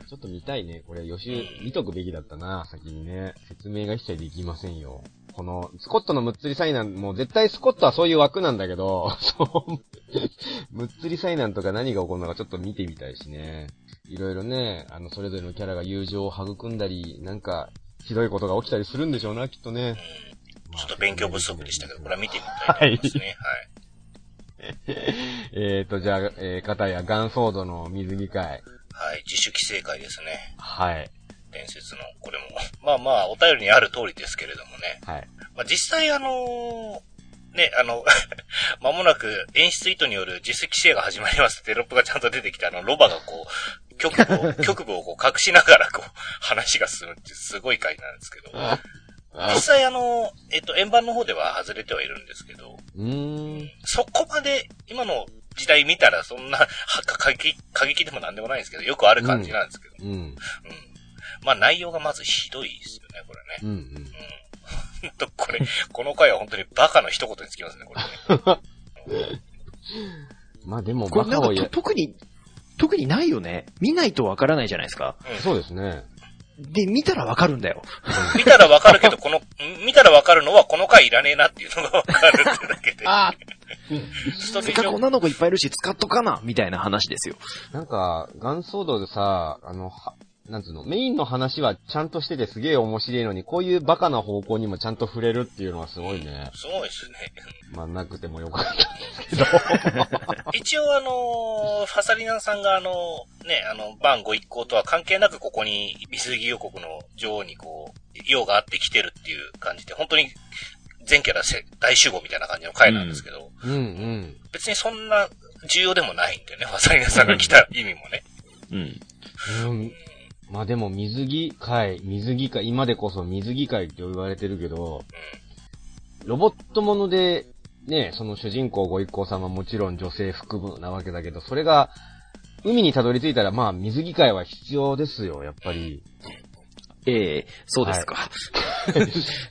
ちょっと見たいね。これ予習、うん、見とくべきだったな、先にね。説明が一切できませんよ。この、スコットのむっつり災難、もう絶対スコットはそういう枠なんだけど、そう、むっつり災難とか何が起こるのかちょっと見てみたいしね。いろいろね、あの、それぞれのキャラが友情を育んだり、なんか、ひどいことが起きたりするんでしょうな、きっとね。 うん、ちょっと勉強不足でしたけど、これは見てみたいと思いますね。はい。 えーと、じゃあ、えー、片やガンソードの水着会。 はい、自主規制会ですね。 はい。 伝説の、これも。まあまあ、お便りにある通りですけれどもね。 はい。 まあ実際あのー、ね、あの、間もなく演出意図による自主規制が始まりますってテロップがちゃんと出てきて、あの、ロバがこう、局部を、局部をこう隠しながらこう、話が進むってすごい回なんですけど。実際あの、えっと、円盤の方では外れてはいるんですけど。 うーん。 そこまで、今の時代見たらそんな、過激、過激でもなんでもないんですけど、よくある感じなんですけど。 うん。うん。うん、 まあ内容がまずひどいですよね、これね。 うんうん。うんと、これ、この回は本当にバカの一言につきますね、これね。 まあでもバカをや、 特に、特にないよね。見ないとわからないじゃないですか。 うん、そうですね。 で、見たらわかるんだよ。 見たらわかるけど、この、見たらわかるのはこの回いらねえなっていうのがわかるってだけで。ああ。 せっかく女の子いっぱいいるし使っとかな、みたいな話ですよ。 なんか、ガンソードでさ、あの、はなんつうの、メインの話はちゃんとしててすげえ面白いのに、こういうバカな方向にもちゃんと触れるっていうのはすごいね。 すごいですね。 まあ、なくてもよかったんですけど。 一応あのー、ファサリナさんがあの、ね、あの、バンご一行とは関係なくここに、水着王国の女王にこう、用があってきてるっていう感じで、本当に全キャラ大集合みたいな感じの回なんですけど、 うん、うんうん。 別にそんな重要でもないんでね、ファサリナさんが来た意味もね。 うん。 うんまあでも水着会、水着会、今でこそ水着会って言われてるけど、うん、ロボットもので、ね、その主人公ご一行さんはもちろん女性服部なわけだけど、それが、海にたどり着いたらまあ水着会は必要ですよ、やっぱり。 ええー、そうですか。はい、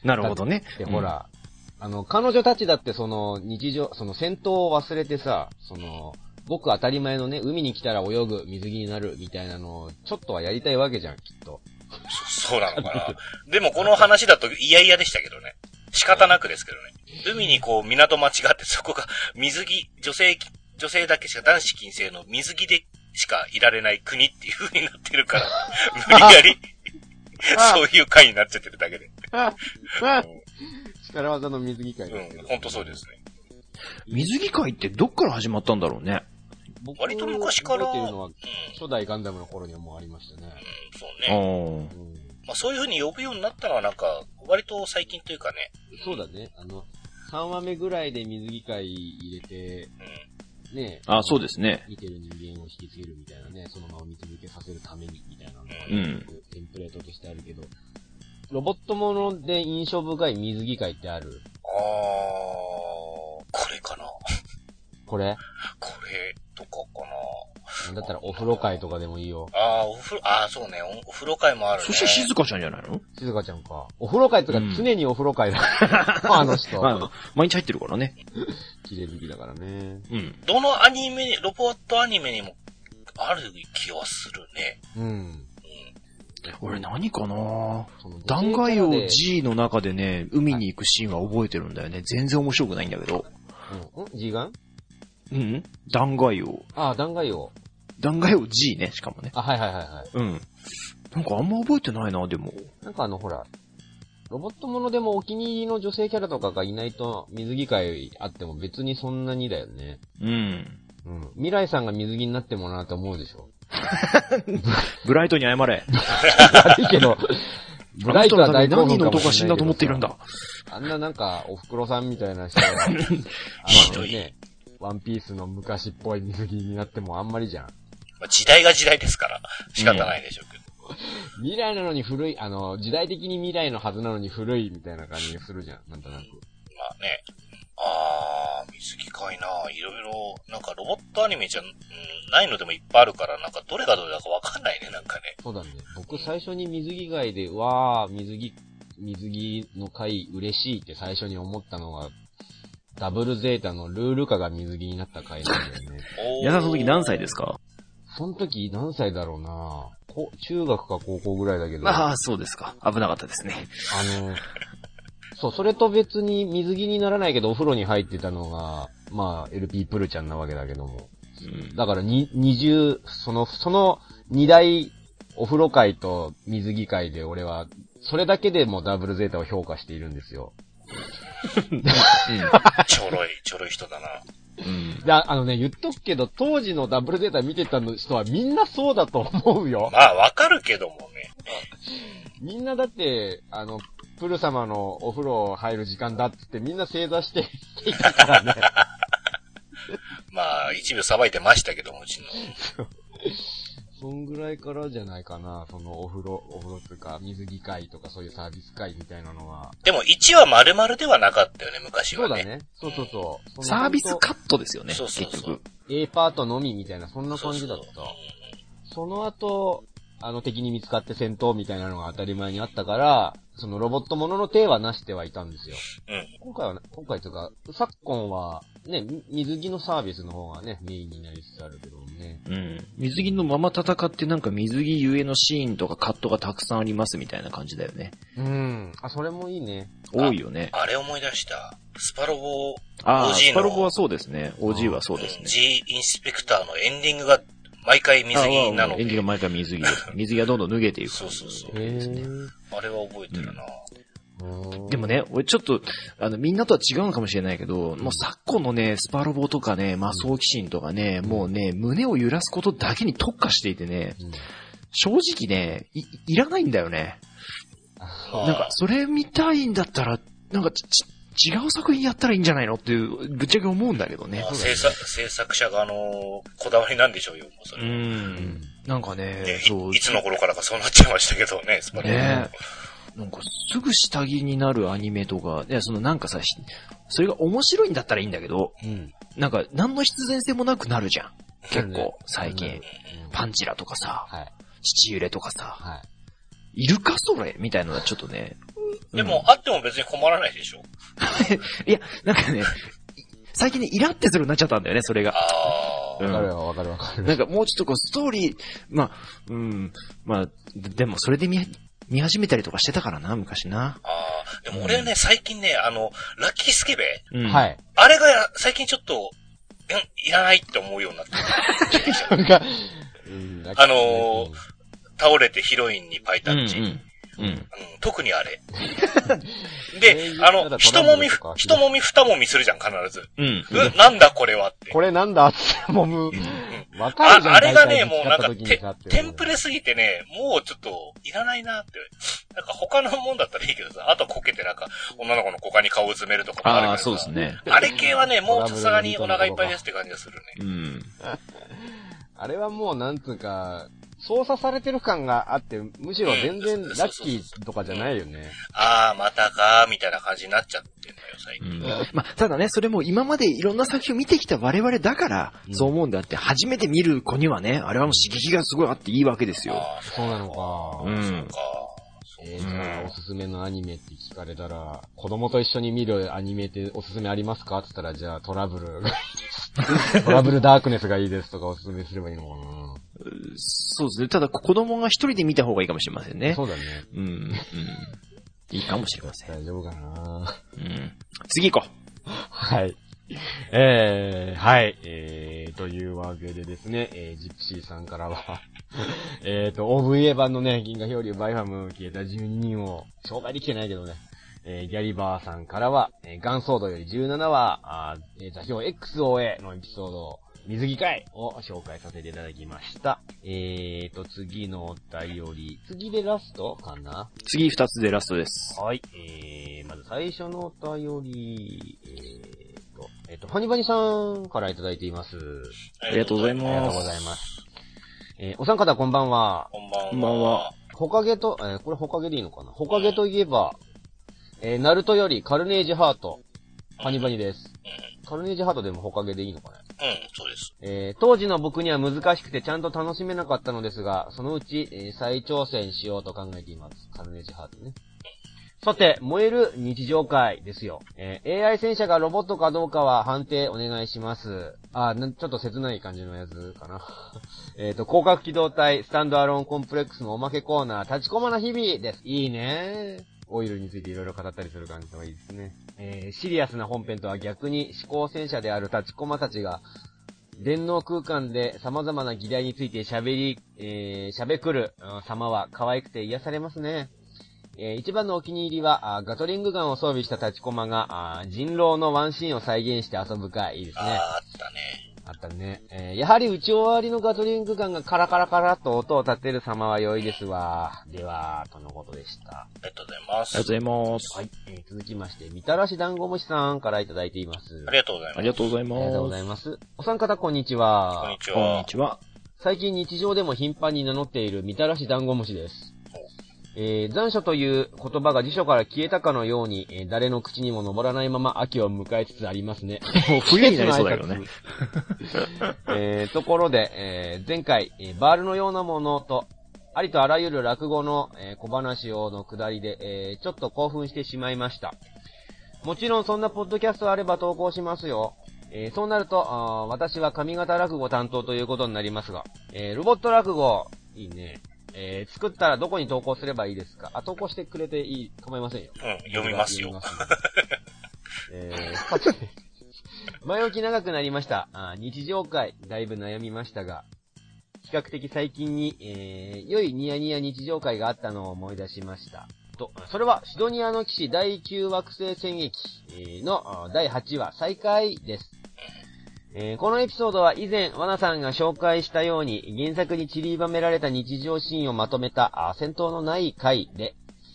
なるほどね。 で、ほら、うん、あの、彼女たちだってその日常、その戦闘を忘れてさ、その、ごく当たり前のね、海に来たら泳ぐ、水着になる、みたいなのを、ちょっとはやりたいわけじゃん、きっと。 そ、そうなのかな。でもこの話だと嫌々でしたけどね。仕方なくですけどね。海にこう港間違ってそこが水着、女性、女性だけしか男子禁制の水着でしかいられない国っていう風になってるから、無理やり、そういう回になっちゃってるだけで。 力技の水着会ですけど。 うん、ほんとそうですね。 水着会ってどっから始まったんだろうね。 割と昔から。 覚えてるのは、うん、初代ガンダムの頃にはもうありましたね。 うん、そうね。うん、まあそういう風に呼ぶようになったのはなんか、割と最近というかね。 そうだね。あの、さんわめぐらいで水着会入れて、うん、ね。 あ、そうですね。 見てる人間を引きつけるみたいなね、そのまま見続けさせるためにみたいなのが、うん、テンと消してあるけど、ロボットもので印象深い水着会ってある？ あー、これかな。 これこれとかかな。 だったらお風呂会とかでもいいよ。 あー、お風呂、あー、そうね、お, お風呂会もあるね。 そして静香ちゃんじゃないの？ 静香ちゃんか。お風呂会とか常にお風呂会だ。うん、あの人。 まあ、毎日入ってるからね。 綺麗好きだからね。 うん。どのアニメ、ロボットアニメにもある気はするね。 うん。うん、 俺何かな弾劾王 G の中でね、海に行くシーンは覚えてるんだよね。全然面白くないんだけど。 うん。ん ?G ガン？ うん。弾劾王。 ああ、弾劾王。 弾劾王 G ね、しかもね。 あ、はいはいはいはい。 うん。なんかあんま覚えてないな、でも。 なんかあの、ほら、ロボットものでもお気に入りの女性キャラとかがいないと水着会あっても別にそんなにだよね。 うん。 うん。未来さんが水着になってもなって思うでしょ。 ブライトに謝れ。 悪いけど、ブライトは大興奮かもしれないけど。何人の男が死んだと思っているんだ。 あんななんか、お袋さんみたいな人が、あのね、ワンピースの昔っぽい水着になってもあんまりじゃん。 まあ、時代が時代ですから、仕方ないでしょうけど。 未来なのに古い、あの、時代的に未来のはずなのに古いみたいな感じがするじゃん、なんとなく。 まあね。あー、水着かいな。いろいろ、なんかロボットアニメじゃ、うん、ないのでもいっぱいあるから、なんかどれがどれだかわかんないね、なんかね。 そうだね。僕最初に水着街で、わー、水着、水着の回嬉しいって最初に思ったのが、ダブルゼータのルール化が水着になった回なんだよね。 矢田その時何歳ですか？ その時何歳だろうなこ中学か高校ぐらいだけど。 ああ、そうですか。危なかったですね。 あの、そう、それと別に水着にならないけどお風呂に入ってたのが、まあ、エルピー プルちゃんなわけだけども。うん、だからに、二重、その、その二大お風呂会と水着会で俺は、それだけでもダブルゼータを評価しているんですよ。 うん、ちょろい、ちょろい人だな。 うん。で、あのね、言っとくけど、当時のダブルゼータ見てた人はみんなそうだと思うよ。 まあ、わかるけどもね。 みんなだって、あの、プル様のお風呂入る時間だって言ってみんな正座していたからね。 まあ、一部さばいてましたけども、うちの。 そんぐらいからじゃないかな、そのお風呂、お風呂というか、水着会とかそういうサービス会みたいなのは。 でもいちわ丸々ではなかったよね、昔はね。 そうだね。そうそうそう。 うん、サービスカットですよね、そうそうそう結局。 A パートのみみたいな、そんな感じだった。そうそうそう、その後、あの敵に見つかって戦闘みたいなのが当たり前にあったから、そのロボットものの手はなしてはいたんですよ。うん。今回は、ね、今回というか、昨今は、ね、水着のサービスの方がね、メインになりつつあるけどね。 うん。水着のまま戦ってなんか水着ゆえのシーンとかカットがたくさんありますみたいな感じだよね。 うん。あ、それもいいね。 多いよね。 あ, あれ思い出した。スパロボ オージー の。 ああ、スパロボはそうですね。オージー はそうですね。 G インスペクターのエンディングが毎回水着なので。 エンディングが毎回水着です。水着がどんどん脱げていく。 そうそうそう。へー。あれは覚えてるな。 うん、でもね、俺ちょっと、あの、みんなとは違うのかもしれないけど、もう昨今のね、スパロボとかね、魔装鬼神とかね、もうね、胸を揺らすことだけに特化していてね、うん、正直ね、い、いらないんだよね。なんか、それ見たいんだったら、なんかち、ち、違う作品やったらいいんじゃないのっていう、ぶっちゃけ思うんだけどね。 制作、制作者側のこだわりなんでしょうよ、もうそれ。 うん。なんかね、 そう。いつの頃からかそうなっちゃいましたけどね、スパロボ。 ね。なんかすぐ下着になるアニメとか、いや、そのなんかさ、それが面白いんだったらいいんだけど、うん、なんか何の必然性もなくなるじゃん。結構、最近。うん、パンチラとかさ、はい、父揺れとかさ、はい、いるかそれみたいなのはちょっとね。 でも、うん、あっても別に困らないでしょいや、なんかね、最近ね、イラってするようになっちゃったんだよね、それが。 ああ。わ、うん、かるわ、わかるわかる。 なんかもうちょっとこう、ストーリー、まあ、うん、まあ、でもそれで見、見始めたりとかしてたからな、昔な。 ああ、でも俺ね、うん、最近ね、あの、ラッキースケベ、 うん、はい。 あれが最近ちょっっと、いらないって思うようになってきた。うん、あのー、倒れてヒロインにパイタッチ。うんうんうんうん、特にあれ。で、あの、一もみ、一もみ二もみするじゃん、必ず。うん。うん、なんだこれはって。 これなんだってもむ。 うん。わかるじゃん。あ, あれがね、もうなんかテ、テンプレすぎてね、もうちょっと、いらないなって。なんか他のもんだったらいいけどさ、あとこけてなんか、女の子の股間に顔を詰めるとかもあるから。ああ、 そうですね。 あれ系はね、もうさすがにお腹いっぱいですって感じがするね。うん。 あれはもうなんつうか、 操作されてる感があって、むしろ全然ラッキーとかじゃないよね。 あー、またかー、みたいな感じになっちゃってるのよ、最近。 うん、まあ、ただね、それも今までいろんな作品を見てきた我々だから、そう思うんであって、うん、初めて見る子にはね、あれはもう刺激がすごいあっていいわけですよ。 あそうなのか。 うん。そうか。 えー、じゃあ、おすすめのアニメって聞かれたら、子供と一緒に見るアニメっておすすめありますかって言ったら、じゃあトラブルがいいです。トラブルダークネスがいいですとかおすすめすればいいのかな。 そうですね。ただ子供が一人で見た方がいいかもしれませんね。 そうだね。 うん。うん。いいかもしれません。 大丈夫かな。 うん。次行こう。 はい。えー、はい。えー、というわけでですね、えー、ジプシーさんからは、えーと、オーブイエー 版のね、銀河漂流バイファム消えたじゅうににんを、紹介できてないけどね、えー、ギャリバーさんからは、えー、ガンソードよりじゅうななわ、あえー、座標 エックスオーエー のエピソード、水着会を紹介させていただきました。えーと、次のお便り、次でラストかな？ 次二つでラストです。 はい、えー、まず最初のお便り、えーと、えーと、ファニバニさんからいただいています。 ありがとうございます。 ありがとうございます。えー、お三方こんばんは。 こんばんは。 こんばんは。 ほかげと、えー、これほかげでいいのかな？ほかげといえば、えー、ナルトよりカルネージハート、ファニバニです。うん、カルネージハートでもほかげでいいのかね？ うん、そうです。 えー、当時の僕には難しくてちゃんと楽しめなかったのですが、そのうち、えー、再挑戦しようと考えています。カルネージハートね。さて、燃える日常会ですよ。えー、エーアイ 戦車がロボットかどうかは判定お願いします。あ、な、ちょっと切ない感じのやつかな。えっと、広角機動隊、スタンドアローンコンプレックスのおまけコーナー、立ちこまな日々です。いいね。オイルについていろいろ語ったりする感じがいいですね。えー、シリアスな本編とは逆に思考戦車である立ちこまたちが、電脳空間で様々な議題について喋り、えー、喋くる様は可愛くて癒されますね。えー、一番のお気に入りは、あガトリングガンを装備した立ちコマが、あ人狼のワンシーンを再現して遊ぶか、いいですね。 ああったね。 あったね。えー、やはり打ち終わりのガトリングガンがカラカラカラと音を立てる様は良いですわ。では、とのことでした。 ありがとうございます。 ありがとうございます。 はい。えー、続きまして、みたらし団子虫さんからいただいています。 ありがとうございます。 ありがとうございます。 ありがとうございます。お三方こんにちは。 こんにちは。 こんにちは。 最近日常でも頻繁に名乗っているみたらし団子虫です。えー、残暑という言葉が辞書から消えたかのように、えー、誰の口にも上らないまま秋を迎えつつありますね。 もう冬になりそうだよね。 えー、ところで、えー、前回、えー、バールのようなものと、ありとあらゆる落語の、えー、小話をの下りで、えー、ちょっと興奮してしまいました。もちろんそんなポッドキャストあれば投稿しますよ。えー、そうなると、あ私は上方落語担当ということになりますが、えー、ロボット落語、いいね。えー、作ったらどこに投稿すればいいですか？あ、投稿してくれていい、構いませんよ。 うん、読みますよ。 ますえー、前置き長くなりました。あ日常会、だいぶ悩みましたが、比較的最近に、えー、良いニヤニヤ日常会があったのを思い出しました。と、それはシドニアの騎士だいきゅう惑星戦役のだいはちわ再開です。えー、このエピソードは以前、ワナさんが紹介したように、原作に散りばめられた日常シーンをまとめた、あ戦闘のない回で、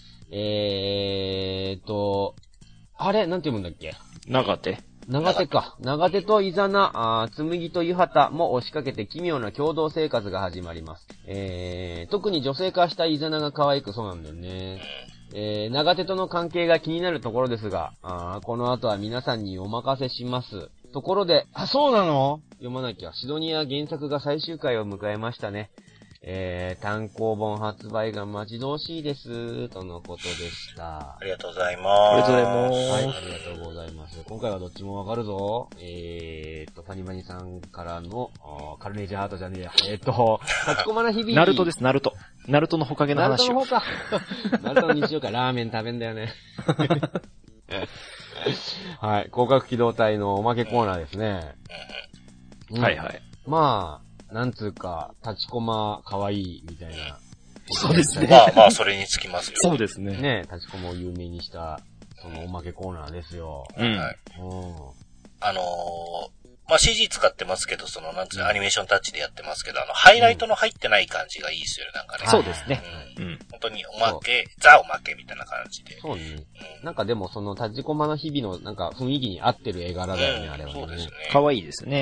えーと、あれなんて読むんだっけ？ 長手。 長手か。長手とイザナ、あ紬と湯畑も押しかけて奇妙な共同生活が始まります。えー、特に女性化したイザナが可愛くそうなんだよね。えー、長手との関係が気になるところですが、あこの後は皆さんにお任せします。ところで、あ、そうなの？読まなきゃ。シドニア原作が最終回を迎えましたね。えー、単行本発売が待ち遠しいです。とのことでした。 ありがとうございます。 ありがとうございます。 はい、ありがとうございます。今回はどっちもわかるぞ。えーと、ファニマニさんからの、カルネージハートじゃねえや。えーと、立ちこまな日々。 ナルトです、ナルト。ナルトのほかげの話を。 ナルトの方か。ナルトの日常か、ラーメン食べんだよね。はい。広角機動隊のおまけコーナーですね。 うん、はいはい。 まあ、なんつうか、立ちコマかわいいみたいな。 そうですね。 まあまあ、それにつきますよ。 そうですね。 ね、立ちコマを有名にした、そのおまけコーナーですよ。 うん。 はい。 うん、 あのー、まあ シージー 使ってますけど、その、なんつうの、アニメーションタッチでやってますけど、あの、ハイライトの入ってない感じがいいですよね、なんかね。 そうですね。 うん。 うん、 本当におまけ、ザおまけみたいな感じで。 そうね。 うん、 なんかでもその立ちコマの日々のなんか雰囲気に合ってる絵柄だよね、うん、あれはね。 そうですね。 可愛いですね。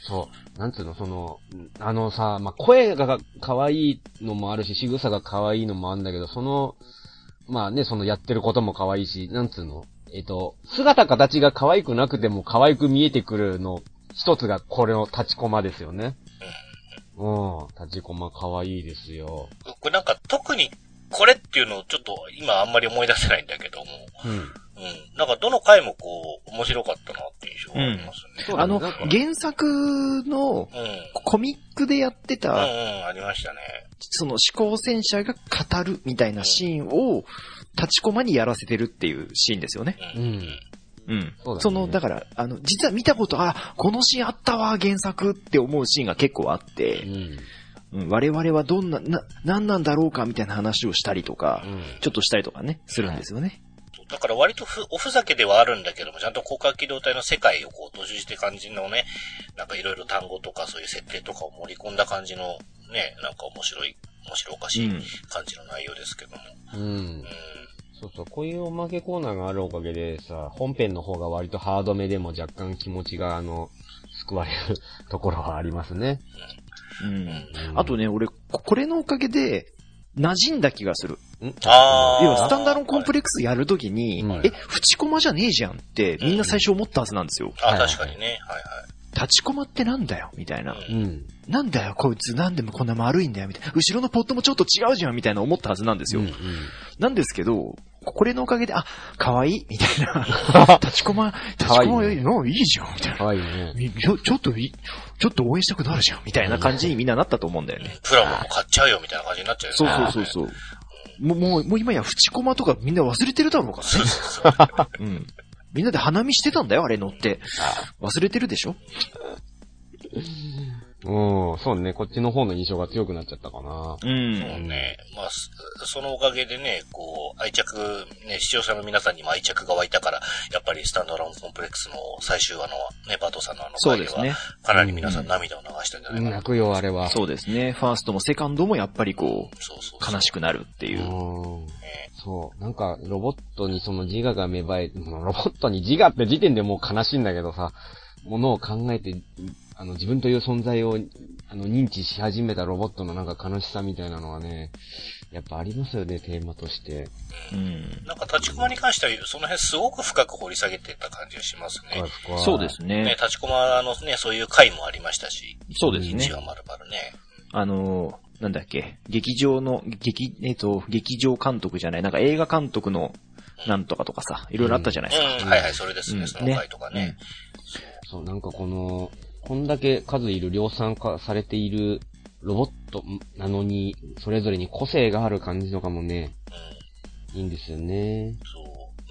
そう。なんつうの、その、あのさ、まあ、声が可愛いのもあるし、仕草が可愛いのもあるんだけど、その、まあね、そのやってることも可愛いし、なんつうの、えっと、姿形が可愛くなくても可愛く見えてくるの、一つがこれの立ちコマですよね。うん。立ちコマ可愛いですよ。 これなんか特にこれっていうのをちょっと今あんまり思い出せないんだけども。うん。うん。なんかどの回もこう、面白かったなっていう印象がありますね。 うん、あの、原作のコミックでやってた、うん、うん、 うん、ありましたね。 その思考戦車が語るみたいなシーンを立ちコマにやらせてるっていうシーンですよね。うん。うんうん。そ, ね、その、だから、あの、実は見たこと、あ、このシーンあったわ、原作って思うシーンが結構あって、うんうん、我々はどんな、な、何なんだろうかみたいな話をしたりとか、うん、ちょっとしたりとかね、するんですよね。 だから割とふおふざけではあるんだけども、ちゃんと広角機動隊の世界をこう、踏襲して感じのね、なんかいろいろ単語とかそういう設定とかを盛り込んだ感じの、ね、なんか面白い、面白おかしい感じの内容ですけども。うん。うんそうそう、こういうおまけコーナーがあるおかげでさ、本編の方が割とハードめでも若干気持ちが、あの、救われるところはありますね。 うん。うんうん、あとね、俺、これのおかげで、馴染んだ気がする。んあ要は、スタンダードコンプレックスやるときに、はい、え、フチコマじゃねえじゃんって、みんな最初思ったはずなんですよ。 うん、あ、確かにね。はいはい。 立ちコマってなんだよみたいな。うん。なんだよこいつなんでもこんな丸いんだよみたいな。後ろのポットもちょっと違うじゃんみたいな思ったはずなんですよ。うんうん、なんですけど、これのおかげで、あ、かわいいみたいな。立ちコマ、立ちコマいいのいいじゃんみたいな。かわいいね。ちょ、ちょっとい、ちょっと応援したくなるじゃんみたいな感じにみんななったと思うんだよね。 プラモも買っちゃうよみたいな感じになっちゃうよね。 そうそうそうそう。もう、もう、もう今やフチコマとかみんな忘れてるだろうからね。うん。みんなで花見してたんだよ、あれ乗って。忘れてるでしょ？ うん、そうね、こっちの方の印象が強くなっちゃったかな。 うん。そうね。まあ、そのおかげでね、こう、愛着、ね、視聴者の皆さんにも愛着が湧いたから、やっぱりスタンドアローンコンプレックスの最終話のね、バトさんのあの回では、ね、かなり皆さん涙を流したんじゃないかな。 泣くよ、あれは。 そうですね。ファーストもセカンドもやっぱりこう、そうそうそう悲しくなるっていう。うんそう。なんか、ロボットにその自我が芽生え、ロボットに自我って時点でもう悲しいんだけどさ、ものを考えて、あの、自分という存在を、あの、認知し始めたロボットのなんか悲しさみたいなのはね、やっぱありますよね、テーマとして。 うん。なんか、立ちコマに関しては、その辺すごく深く掘り下げてた感じがしますね。 そうですね。 ね、立ちコマのね、そういう回もありましたし。 そうですね。 一話丸々ね。 あのー、なんだっけ、劇場の、劇、えっと、劇場監督じゃない、なんか映画監督のなんとかとかさ、いろいろあったじゃないですか。 うんうん、はいはい、それですね、うん、その回とかね。ねそう、なんかこの、こんだけ数いる量産化されているロボットなのに、それぞれに個性がある感じとかもね、うん、いいんですよね。 そう。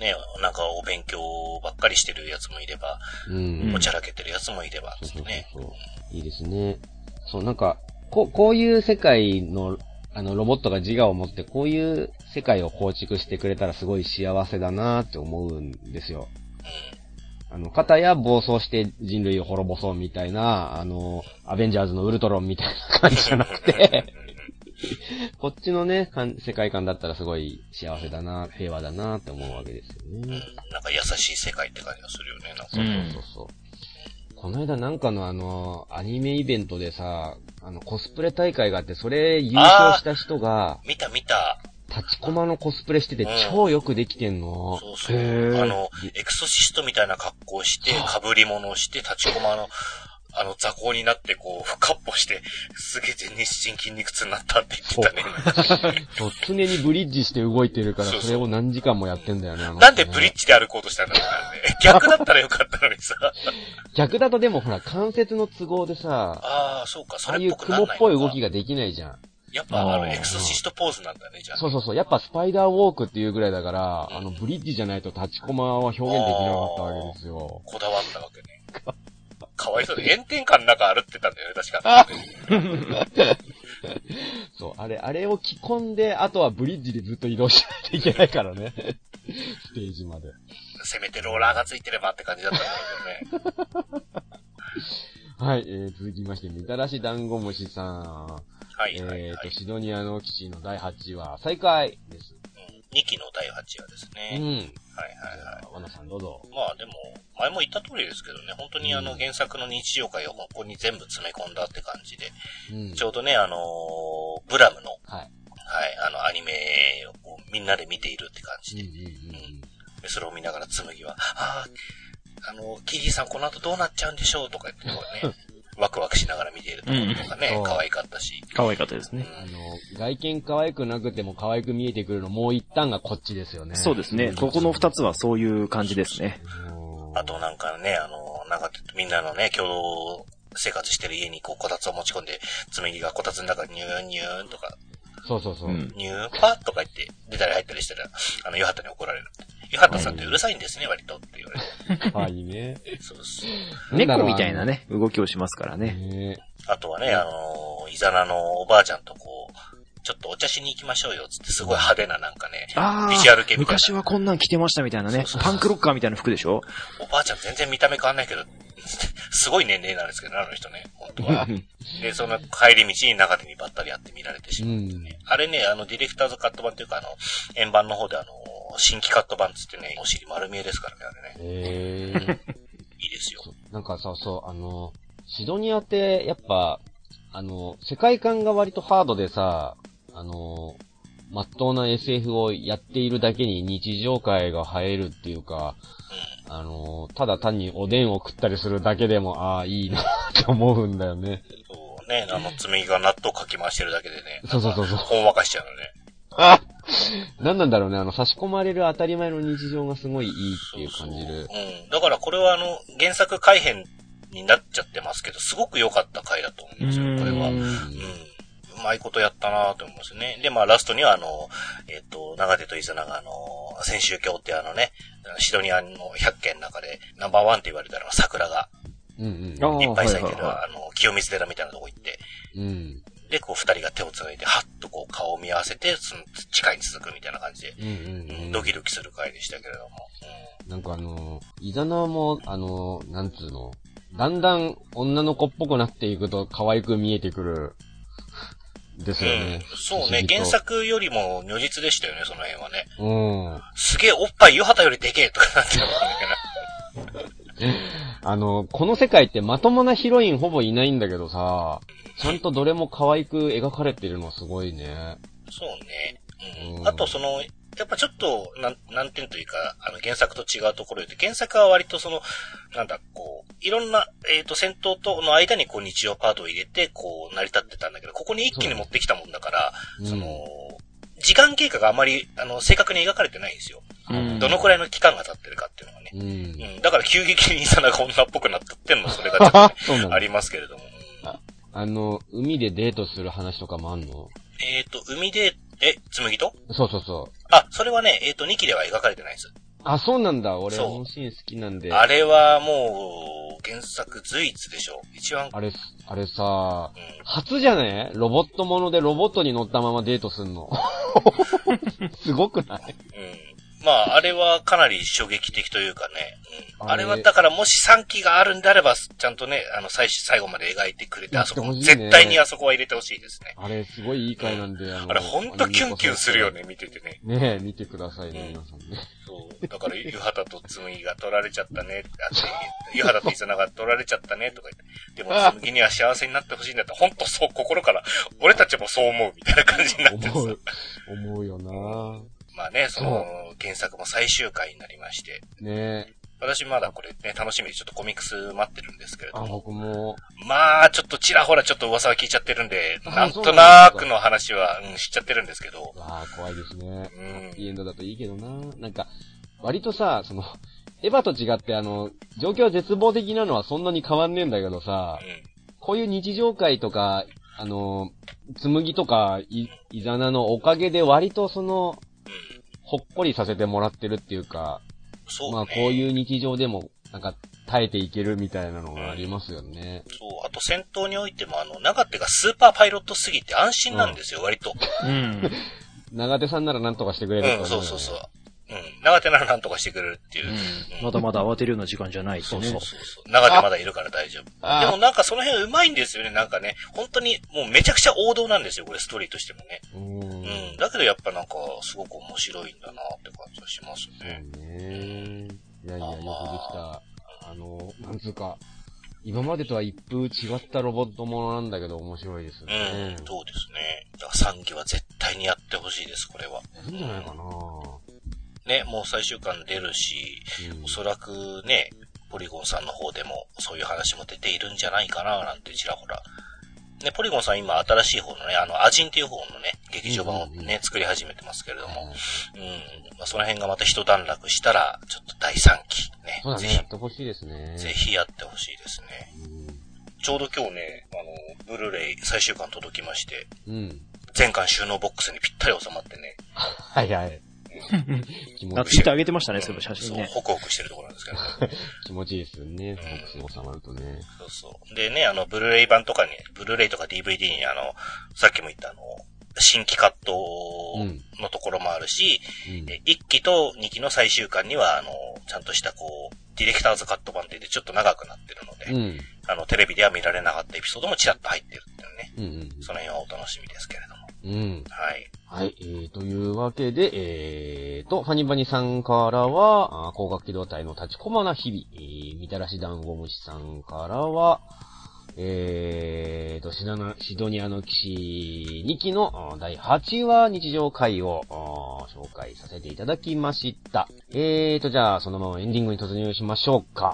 ね、なんかお勉強ばっかりしてるやつもいれば、うん、おちゃらけてるやつもいれば、つってね。 そうそうそうそう。いいですね。そう、なんか、こう、こういう世界の、あの、ロボットが自我を持って、こういう世界を構築してくれたらすごい幸せだなって思うんですよ。うん、あの、片や暴走して人類を滅ぼそうみたいな、あの、アベンジャーズのウルトロンみたいな感じじゃなくて、こっちのね、世界観だったらすごい幸せだな、平和だなって思うわけですよね。うん、 なんか優しい世界って感じがするよね、なんか。 そうそうそう。この間なんかのあの、アニメイベントでさ、あの、コスプレ大会があって、それ優勝した人が、 見た見た。 立ちコマのコスプレしてて超よくできてんの。 うん、そうそう。あの、エクソシストみたいな格好をして、被り物をして、立ちコマの、あの、座高になって、こう、ふかっぽして、すげえ全日筋筋肉痛になったって言ってたね。そう、常にブリッジして動いてるから、それを何時間もやってんだよね。 あのねなんでブリッジで歩こうとしたんだろうね。逆だったらよかったのにさ。 逆だとでもほら、関節の都合でさ、 ああ、そうか、それっぽくなんないのか。ああいう雲っぽい動きができないじゃん。 やっぱ、あの、エクソシストポーズなんだね、じゃあ、ね。 そうそうそう。やっぱスパイダーウォークっていうぐらいだから、うん、あの、ブリッジじゃないと立ちコマは表現できなかったわけですよ。 こだわったわけね。かわいそうで、炎天下の中歩ってたんだよね、確か。 そう、あれ、あれを着込んで、あとはブリッジでずっと移動しないといけないからね。ステージまで。 せめてローラーがついてればって感じだったんだけどね。 はい、えー、続きまして、みたらしダンゴムシさん。 はい、はい、 えーと、シドニアの騎士のだいはちわ、再開です。 にきのだいはちわですね。 うん。はいはいはい。 和野さんどうぞ。 まあでも、前も言った通りですけどね、本当にあの原作の日常会をここに全部詰め込んだって感じで、うん、ちょうどね、あのー、ブラムの、はい。はい、あの、アニメをみんなで見ているって感じで、うんうんうんうん、でそれを見ながら紬は、ああ、あの、キリーさんこの後どうなっちゃうんでしょうとか言ってこうね、ワクワクしながら見ているところとかね、うん、可愛かったし。 可愛かったですね。 あの、外見可愛くなくても可愛く見えてくるのもう一旦がこっちですよね。 そうですね。ここの二つはそういう感じですね。 あとなんかね、あの、なんかみんなのね、共同生活してる家にこうこたつを持ち込んで、紬がこたつの中にニューニューンとか、 そうそうそう。うん、 ニューパッとか言って出たり入ったりしたら、あの、ヨハタに怒られる。ヨハタさんってうるさいんですね、割とって言われる。 はい、ね。 そうそう。 猫みたいなね、動きをしますからね。 あとはね、あの、イザナのおばあちゃんとこう、ちょっとお茶しに行きましょうよ、つってすごい派手ななんかね、ビジュアル系みたいな。 昔はこんなん着てましたみたいなね、そうそうそう、パンクロッカーみたいな服でしょ。 おばあちゃん全然見た目変わんないけど、すごい年齢なんですけどね、あの人ね、本当は。で、その帰り道に長手にばったり会って見られてしまってね、うん。あれね、あの、ディレクターズカット版というか、あの、円盤の方であの、新規カット版つってね、お尻丸見えですからね、あれね。へー。いいですよ。 なんかさ、そう、あの、シドニアって、やっぱ、あの、世界観が割とハードでさ、あの、まっとうな エスエフ をやっているだけに日常会が映えるっていうか、うん、あの、ただ単におでんを食ったりするだけでも、ああ、いいなって思うんだよね。 そうね、あの、紬が納豆かき回してるだけでね。 そうそうそうそう。 ほんわかしちゃうのね。 あなんなんだろうね、あの、差し込まれる当たり前の日常がすごいいいっていう感じる。そうそううん。だからこれはあの、原作改編になっちゃってますけど、すごく良かった回だと思うんですよ、これは。うん。うまいことやったなと思いますね。で、まあ、ラストにはあの、えっと、長手と伊豆長あの、千秋京ってあのね、シドニアのひゃっけんの中でナンバーワンって言われたのは桜が、うんうん、いっぱい咲いてる、あの、清水寺みたいなとこ行って、うん、で、こう二人が手を繋いで、はっとこう顔を見合わせて、その、地下に続くみたいな感じで、うんうんうん、ドキドキする回でしたけれども。 うん、なんかあの、イザナも、あの、なんつうの、だんだん女の子っぽくなっていくと可愛く見えてくる、ですよね、 うん。そうね、原作よりも如実でしたよね、その辺はね。 うん。 すげえおっぱい湯畑よりでけえとかなってるわけな。あの、この世界ってまともなヒロインほぼいないんだけどさ、ちゃんとどれも可愛く描かれてるのすごいね。 そうね。うん。うん、あとその、やっぱちょっと、なん、なんていうというか、あの原作と違うところで、原作は割とその、なんだ、こう、いろんな、えっと、戦闘との間にこう日常パートを入れて、こう、成り立ってたんだけど、ここに一気に持ってきたもんだから、そ, その、うん、時間経過があまり、あの、正確に描かれてないんですよ。うん、どのくらいの期間が経ってるかっていうのがね。うん。うん、だから急激にイザナが女っぽくなったっていうのも、それがちょっと、ありますけれども。 あ, あの、海でデートする話とかもあんの？ えっと、海で、え、紬と？ そうそうそう。 あ、それはね、えっと、にきでは描かれてないです。 あ、そうなんだ。俺、あのシーン好きなんで。 あれはもう、原作随一でしょ。一番。 あれ、あれさ、うん、初じゃね？ロボットものでロボットに乗ったままデートすんの。すごくない？ うん。まあ、あれはかなり衝撃的というかね。うん、あ, あれはだからもしさんきがあるんであれば、ちゃんとね、あの、最初、最後まで描いてくれて、あそこ、ね、絶対にあそこは入れてほしいですね。 あれ、すごいいい回なんで、うん、あの、あれほんとキュンキュンするよね、見ててね。 ねえ、見てくださいね、うん、皆さんね。 そう。だから、湯畑と紬が取られちゃったね、あ湯畑と伊沢が取られちゃったね、とか言って。でも、紬には幸せになってほしいんだって、ほんとそう、心から、俺たちもそう思う、みたいな感じになってる。 思う、思うよなまあね、その、原作も最終回になりまして。 ねえ。 私まだこれね、楽しみでちょっとコミックス待ってるんですけれども。 あ、僕も。 まあ、ちょっとちらほらちょっと噂は聞いちゃってるんで、なんとなくの話は、うん、知っちゃってるんですけど。 ああ、怖いですね。うん。ハッピーエンドだといいけどな。なんか、割とさ、その、エヴァと違ってあの、状況絶望的なのはそんなに変わんねえんだけどさ、うん、こういう日常会とか、あの、紬とか、い、イザナのおかげで割とその、ほっこりさせてもらってるっていうか、 そうね、 まあこういう日常でも、なんか耐えていけるみたいなのがありますよね。 うん、そう、あと戦闘においてもあの、長手がスーパーパイロットすぎて安心なんですよ、うん、割と。うん。 長手さんなら何とかしてくれると思う、 ね。うん、そうそうそう。うん。長手なら何とかしてくれるっていう、うんうん。 まだまだ慌てるような時間じゃないってね。 そうそうそうそう。長手まだいるから大丈夫。でもなんかその辺上手いんですよね。なんかね、本当にもうめちゃくちゃ王道なんですよ。これストーリーとしてもね。うん。うん。だけどやっぱなんか、すごく面白いんだなって感じがしますね。 そうね。いやいや、よくできた。あの、なんつうか、今までとは一風違ったロボットものなんだけど面白いですね。 うん、そうですね。だからさんきは絶対にやってほしいです、これは。 やるんじゃないかな。 ね、もう最終巻出るし、うん、おそらくね、ポリゴンさんの方でもそういう話も出ているんじゃないかななんてちらほら。ね、ポリゴンさん今新しい方のね、あの、アジンっていう方のね、劇場版をね、うんうんうん、作り始めてますけれども、うん、まあ、その辺がまた一段落したら、ちょっとだいさんきね。 そうだね、 ぜひやってほしいですね。 ぜひやってほしいですね。うん、ちょうど今日ね、あの、ブルーレイ最終巻届きまして、うん、全巻収納ボックスにぴったり収まってね。 はいはい。 気持ちいい。あげてましたね、そういえば写真ね。 そう、ホクホクしてるところなんですけど、 ね。気持ちいいですよね、ボックスに収まるとね。 そうそう。でね、あの、ブルーレイ版とかに、ブルーレイとか ディーブイディー にあの、さっきも言ったあの、新規カットのところもあるし、うん、いっきとにきの最終巻には、あの、ちゃんとしたこう、ディレクターズカット版って言ってちょっと長くなってるので、うん、あの、テレビでは見られなかったエピソードもちらっと入ってるっていうね、うんうん、その辺はお楽しみですけれども。うん、はい。 はい。えー、というわけで、えーと、ファニバニさんからは、光学機動隊の立ちこまな日々、えー、みたらし団子虫さんからは、えーと、シドナ、シドニアの騎士にきのだいはちわ日常回を紹介させていただきました。えーと、じゃあ、そのままエンディングに突入しましょうか。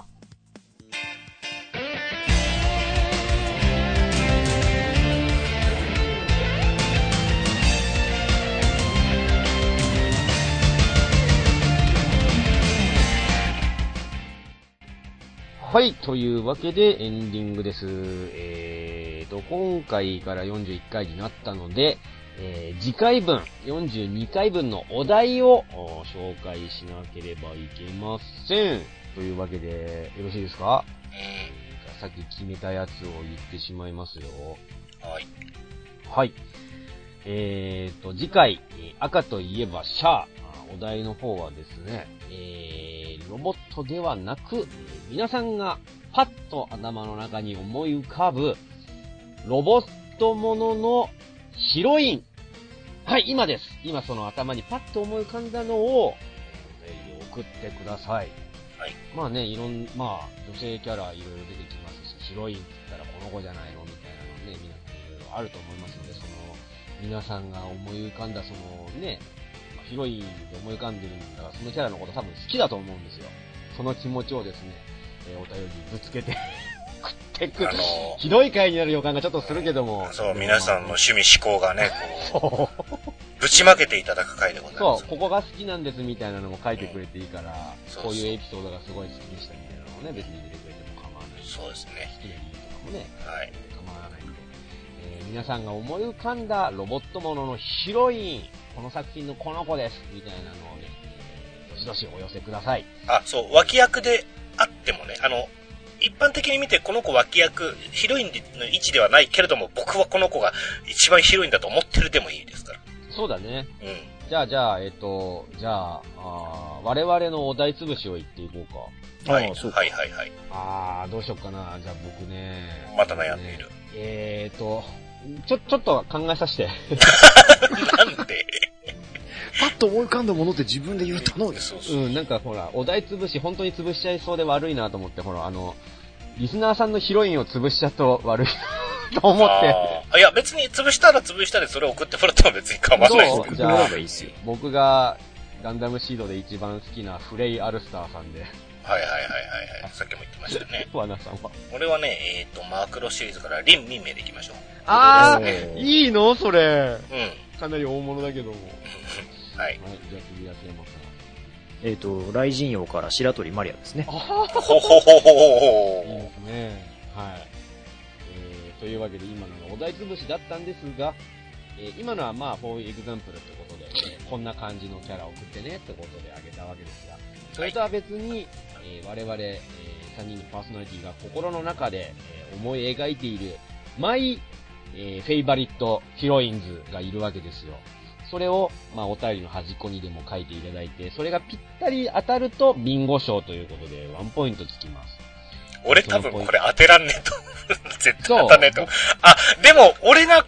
はい、というわけでエンディングです。えーと、今回からよんじゅういっかいになったので、えー、次回分、よんじゅうにかいぶんのお題を紹介しなければいけません。というわけで、よろしいですか？じゃあさっき決めたやつを言ってしまいますよ。 はい。 はい。えーと、次回、赤といえばシャー。お題の方はですね、えー、ロボットではなく、皆さんがパッと頭の中に思い浮かぶ、ロボットもののヒロイン。はい、今です。今その頭にパッと思い浮かんだのを、えー、送ってください。 はい。 まあね、いろん、まあ、女性キャラいろいろ出てきますし、ヒロインって言ったらこの子じゃないのみたいなのね、皆さんいろいろあると思いますので、その、皆さんが思い浮かんだそのね、ヒロインで思い浮かんでるんだから、そのキャラのこと多分好きだと思うんですよ。その気持ちをですね、えー、お便りにぶつけて食ってくる、あのー、ひどい回になる予感がちょっとするけども。 そう、皆さんの趣味思考がね、こう、ぶちまけていただく回でございます。 そう、ここが好きなんですみたいなのも書いてくれていいから、うん、こういうエピソードがすごい好きでしたみたいなのをね、別に入れてくれても構わない。 そうですね。 好きな理由とかもね、 はい、 構わないんで、えー。皆さんが思い浮かんだロボットもののヒロイン、この作品のこの子ですみたいなのをね、どしどしお寄せください。 あ、そう、脇役であってもね、あの、一般的に見てこの子脇役、ヒロインの位置ではないけれども、僕はこの子が一番ヒロインだと思ってるでもいいですから。 そうだね。 うん。 じゃあ、じゃあ、えっと、じゃあ、あ我々のお題潰しを言っていこうか。 はい、そうはいはいはい。 あー、どうしよっかな。じゃあ僕ね。 また悩んでいる。ね、 えーと、ちょ、ちょっと考えさせて。 なんでパッと思い浮かんだものって自分で言うとのそうそう。 うん、なんかほら、お題潰し、本当に潰しちゃいそうで悪いなと思って、ほら、あの、リスナーさんのヒロインを潰しちゃうと悪いと思って。 あ、いや、別に潰したら潰したでそれを送ってもらっても別に構わないです。じゃあ、僕がガンダムシードで一番好きなフレイ・アルスターさんで。 はいはいはいはいはい。さっきも言ってましたね。 ワナさんは。 俺はね、えっ、ー、と、マークロシリーズからリン・ミンメイでいきましょう。 あー、いいのそれ。 うん。 かなり大物だけども。 はい。はい、 じゃあ次、安山さん。 えっ、ー、と、雷神王から白鳥マリアですね。 ほほほほほほ。 いいですね。はい。えー、というわけで今のがお題潰しだったんですが、えー、今のはまあ、フォーエグザンプルってことで、えー、こんな感じのキャラを送ってねってことであげたわけですが、それとは別に、えー、我々、えー、さんにんのパーソナリティが心の中で、えー、思い描いているマイ、えー、フェイバリットヒロインズがいるわけですよ。それを、まあ、お便りの端っこにでも書いていただいて、それがぴったり当たるとビンゴ賞ということで、ワンポイントつきます。 俺多分これ当てらんねえと。絶対当たんねえと。あ、でも、俺が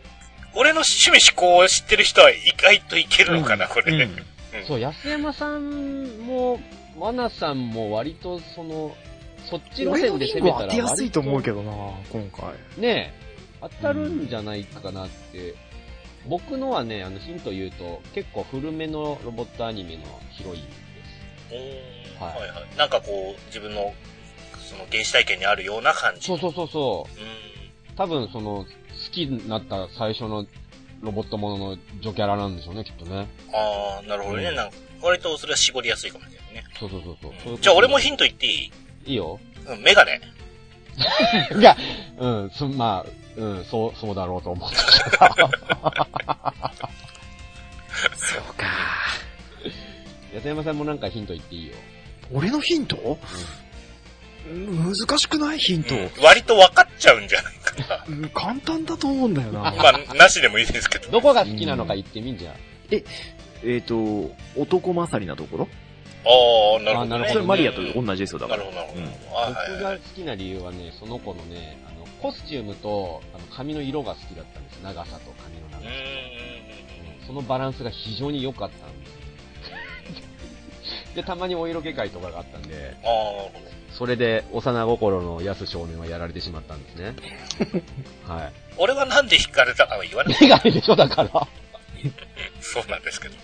俺の趣味思考を知ってる人は意外といけるのかな、うん、これ、うんうん。そう、安山さんも、マナさんも割とその、そっち路線で攻めたら割と。 当てやすいと思うけどな、今回。 ねえ、当たるんじゃないかなって。うん、僕のはね、あの、ヒント言うと、結構古めのロボットアニメのヒロインです。 はい、はいはい。なんかこう、自分の、その原始体験にあるような感じ。 そうそうそうそう。うん、多分その、好きになった最初のロボットもののジョキャラなんでしょうね、きっとね。 ああ、なるほどね。うん、なんか割とそれは絞りやすいかもしれないね。 そうそうそうそう。うん、 じゃあ俺もヒント言っていい？ いいよ。 うん、メガネ。 いや、うん、そ、まあ、うん、そう、そうだろうと思ったから。 そうか。 安山さんもなんかヒント言っていいよ。 俺のヒント？うん、難しくないヒント、うん、 割と分かっちゃうんじゃないかな。 うん、簡単だと思うんだよな。 まあ、なしでもいいですけど。 どこが好きなのか言ってみんじゃん。 え、えっ、ー、と、男勝りなところ？ ああ、なるほど、ね。 それマリアと同じですよ、だから。 なるほど、なるほど。うん、 僕が好きな理由はね、その子のね、あの、コスチュームと、あの、髪の色が好きだったんです。長さと髪の長さ。うん、そのバランスが非常に良かったんです。で、たまにお色気会とかがあったんで、 ああ、 それで幼心の安少年はやられてしまったんですね。はい。 俺はなんで惹かれたかは言わない。 メガネでしょ、だから。 そうなんですけど。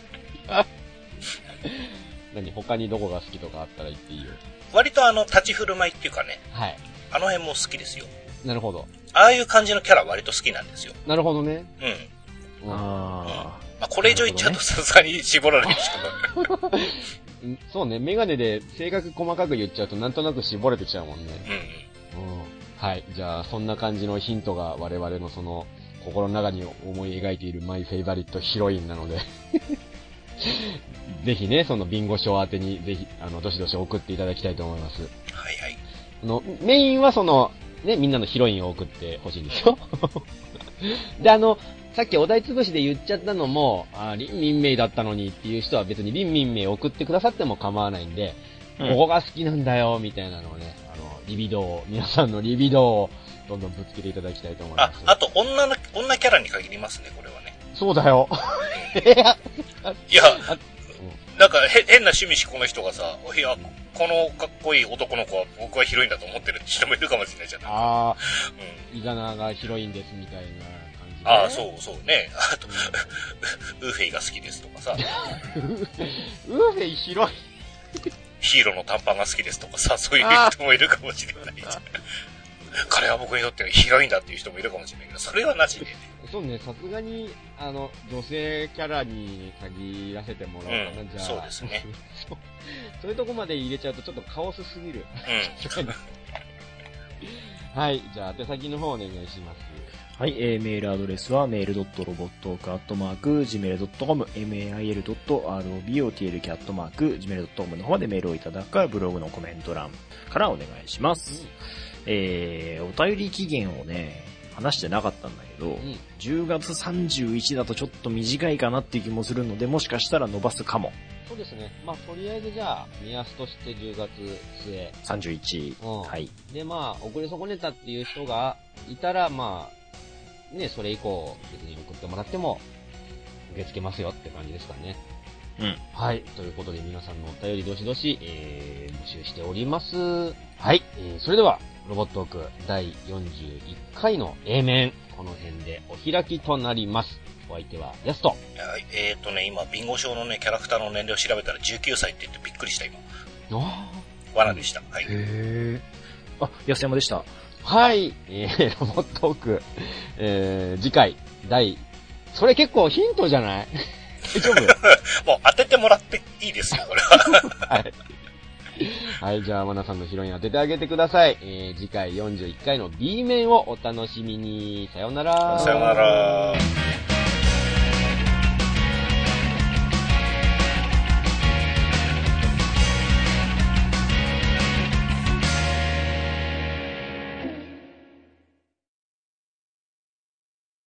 何他にどこが好きとかあったら言っていいよ。 割とあの、立ち振る舞いっていうかね。 はい。 あの辺も好きですよ。 なるほど。 ああいう感じのキャラ割と好きなんですよ。 なるほどね。 うん。 うん、ああ。まあ、これ以上言っちゃうとさすがに絞られるしかない。 そうね、メガネで性格細かく言っちゃうとなんとなく絞れてきちゃうもんね。 うん。 うん。はい。じゃあ、そんな感じのヒントが我々のその、心の中に思い描いているマイフェイバリットヒロインなので。ぜひね、そのビンゴ賞宛てに、ぜひ、あの、どしどし送っていただきたいと思います。 はいはい。 あの、メインはその、ね、みんなのヒロインを送ってほしいんですよ。で、あの、さっきお題潰しで言っちゃったのも、あ、リンミンメイだったのにっていう人は別にリンミンメイ送ってくださっても構わないんで、うん、ここが好きなんだよ、みたいなのをね、あの、リビドーを、皆さんのリビドーをどんどんぶつけていただきたいと思います。 あ、あと女の、女キャラに限りますね、これはね。 そうだよ。 いや、なんかへ変な趣味思考の人がさ、いや、このかっこいい男の子は僕はヒロインだと思ってるって人もいるかもしれないじゃない。 ああ、うん。イザナがヒロインですみたいな感じで。 ああ、そうそうね。あと、うん、ウーフェイが好きですとかさ。 ウーフェイヒロインヒーローの短パンが好きですとかさ、そういう人もいるかもしれないじゃん。彼は僕にとってはヒロインだっていう人もいるかもしれないけど、それはなしで、ね。 そうね、さすがに、あの、女性キャラに限らせてもらおうかな、うん、じゃあ。 そうですねそ。そういうとこまで入れちゃうとちょっとカオスすぎる。 うん。 はい、じゃあ、手先の方お願いします。 はい、えー、メールアドレスは、メールドットロボットークアットマーク、ジメルドットコム、メールドットロボットアットマーク、ジメルドットコムの方までメールをいただくか、ブログのコメント欄からお願いします。うん、えー、お便り期限をね、話してなかったんだけど、うん、じゅうがつさんじゅういちだとちょっと短いかなっていう気もするので、もしかしたら伸ばすかも。 そうですね。まあ、とりあえずじゃあ、目安としてじゅうがつつえ。 さんじゅういち。うん、はい。 で、まあ、遅れ損ねたっていう人がいたら、まあ、ね、それ以降、別に送ってもらっても、受け付けますよって感じですかね。 うん。 はい。ということで、皆さんのお便りどしどし、えー、募集しております。はい。えー、それでは、ロボットークだいよんじゅういっかいの A 面、この辺でお開きとなります。お相手はヤスト。はい、 えーとね、今、ビンゴ賞のね、キャラクターの年齢を調べたらじゅうきゅうさいって言ってびっくりした、今。 あー。罠でした。はい。 へー。あ、安山でした。 はい。えー、ロボットーク、えー、次回、第、それ結構ヒントじゃない大丈夫もう当ててもらっていいですよ、これは。 はい。はい、じゃあ、マナさんのヒロイン当ててあげてください。えー、次回よんじゅういっかいの B 面をお楽しみに。さようなら。 さようなら。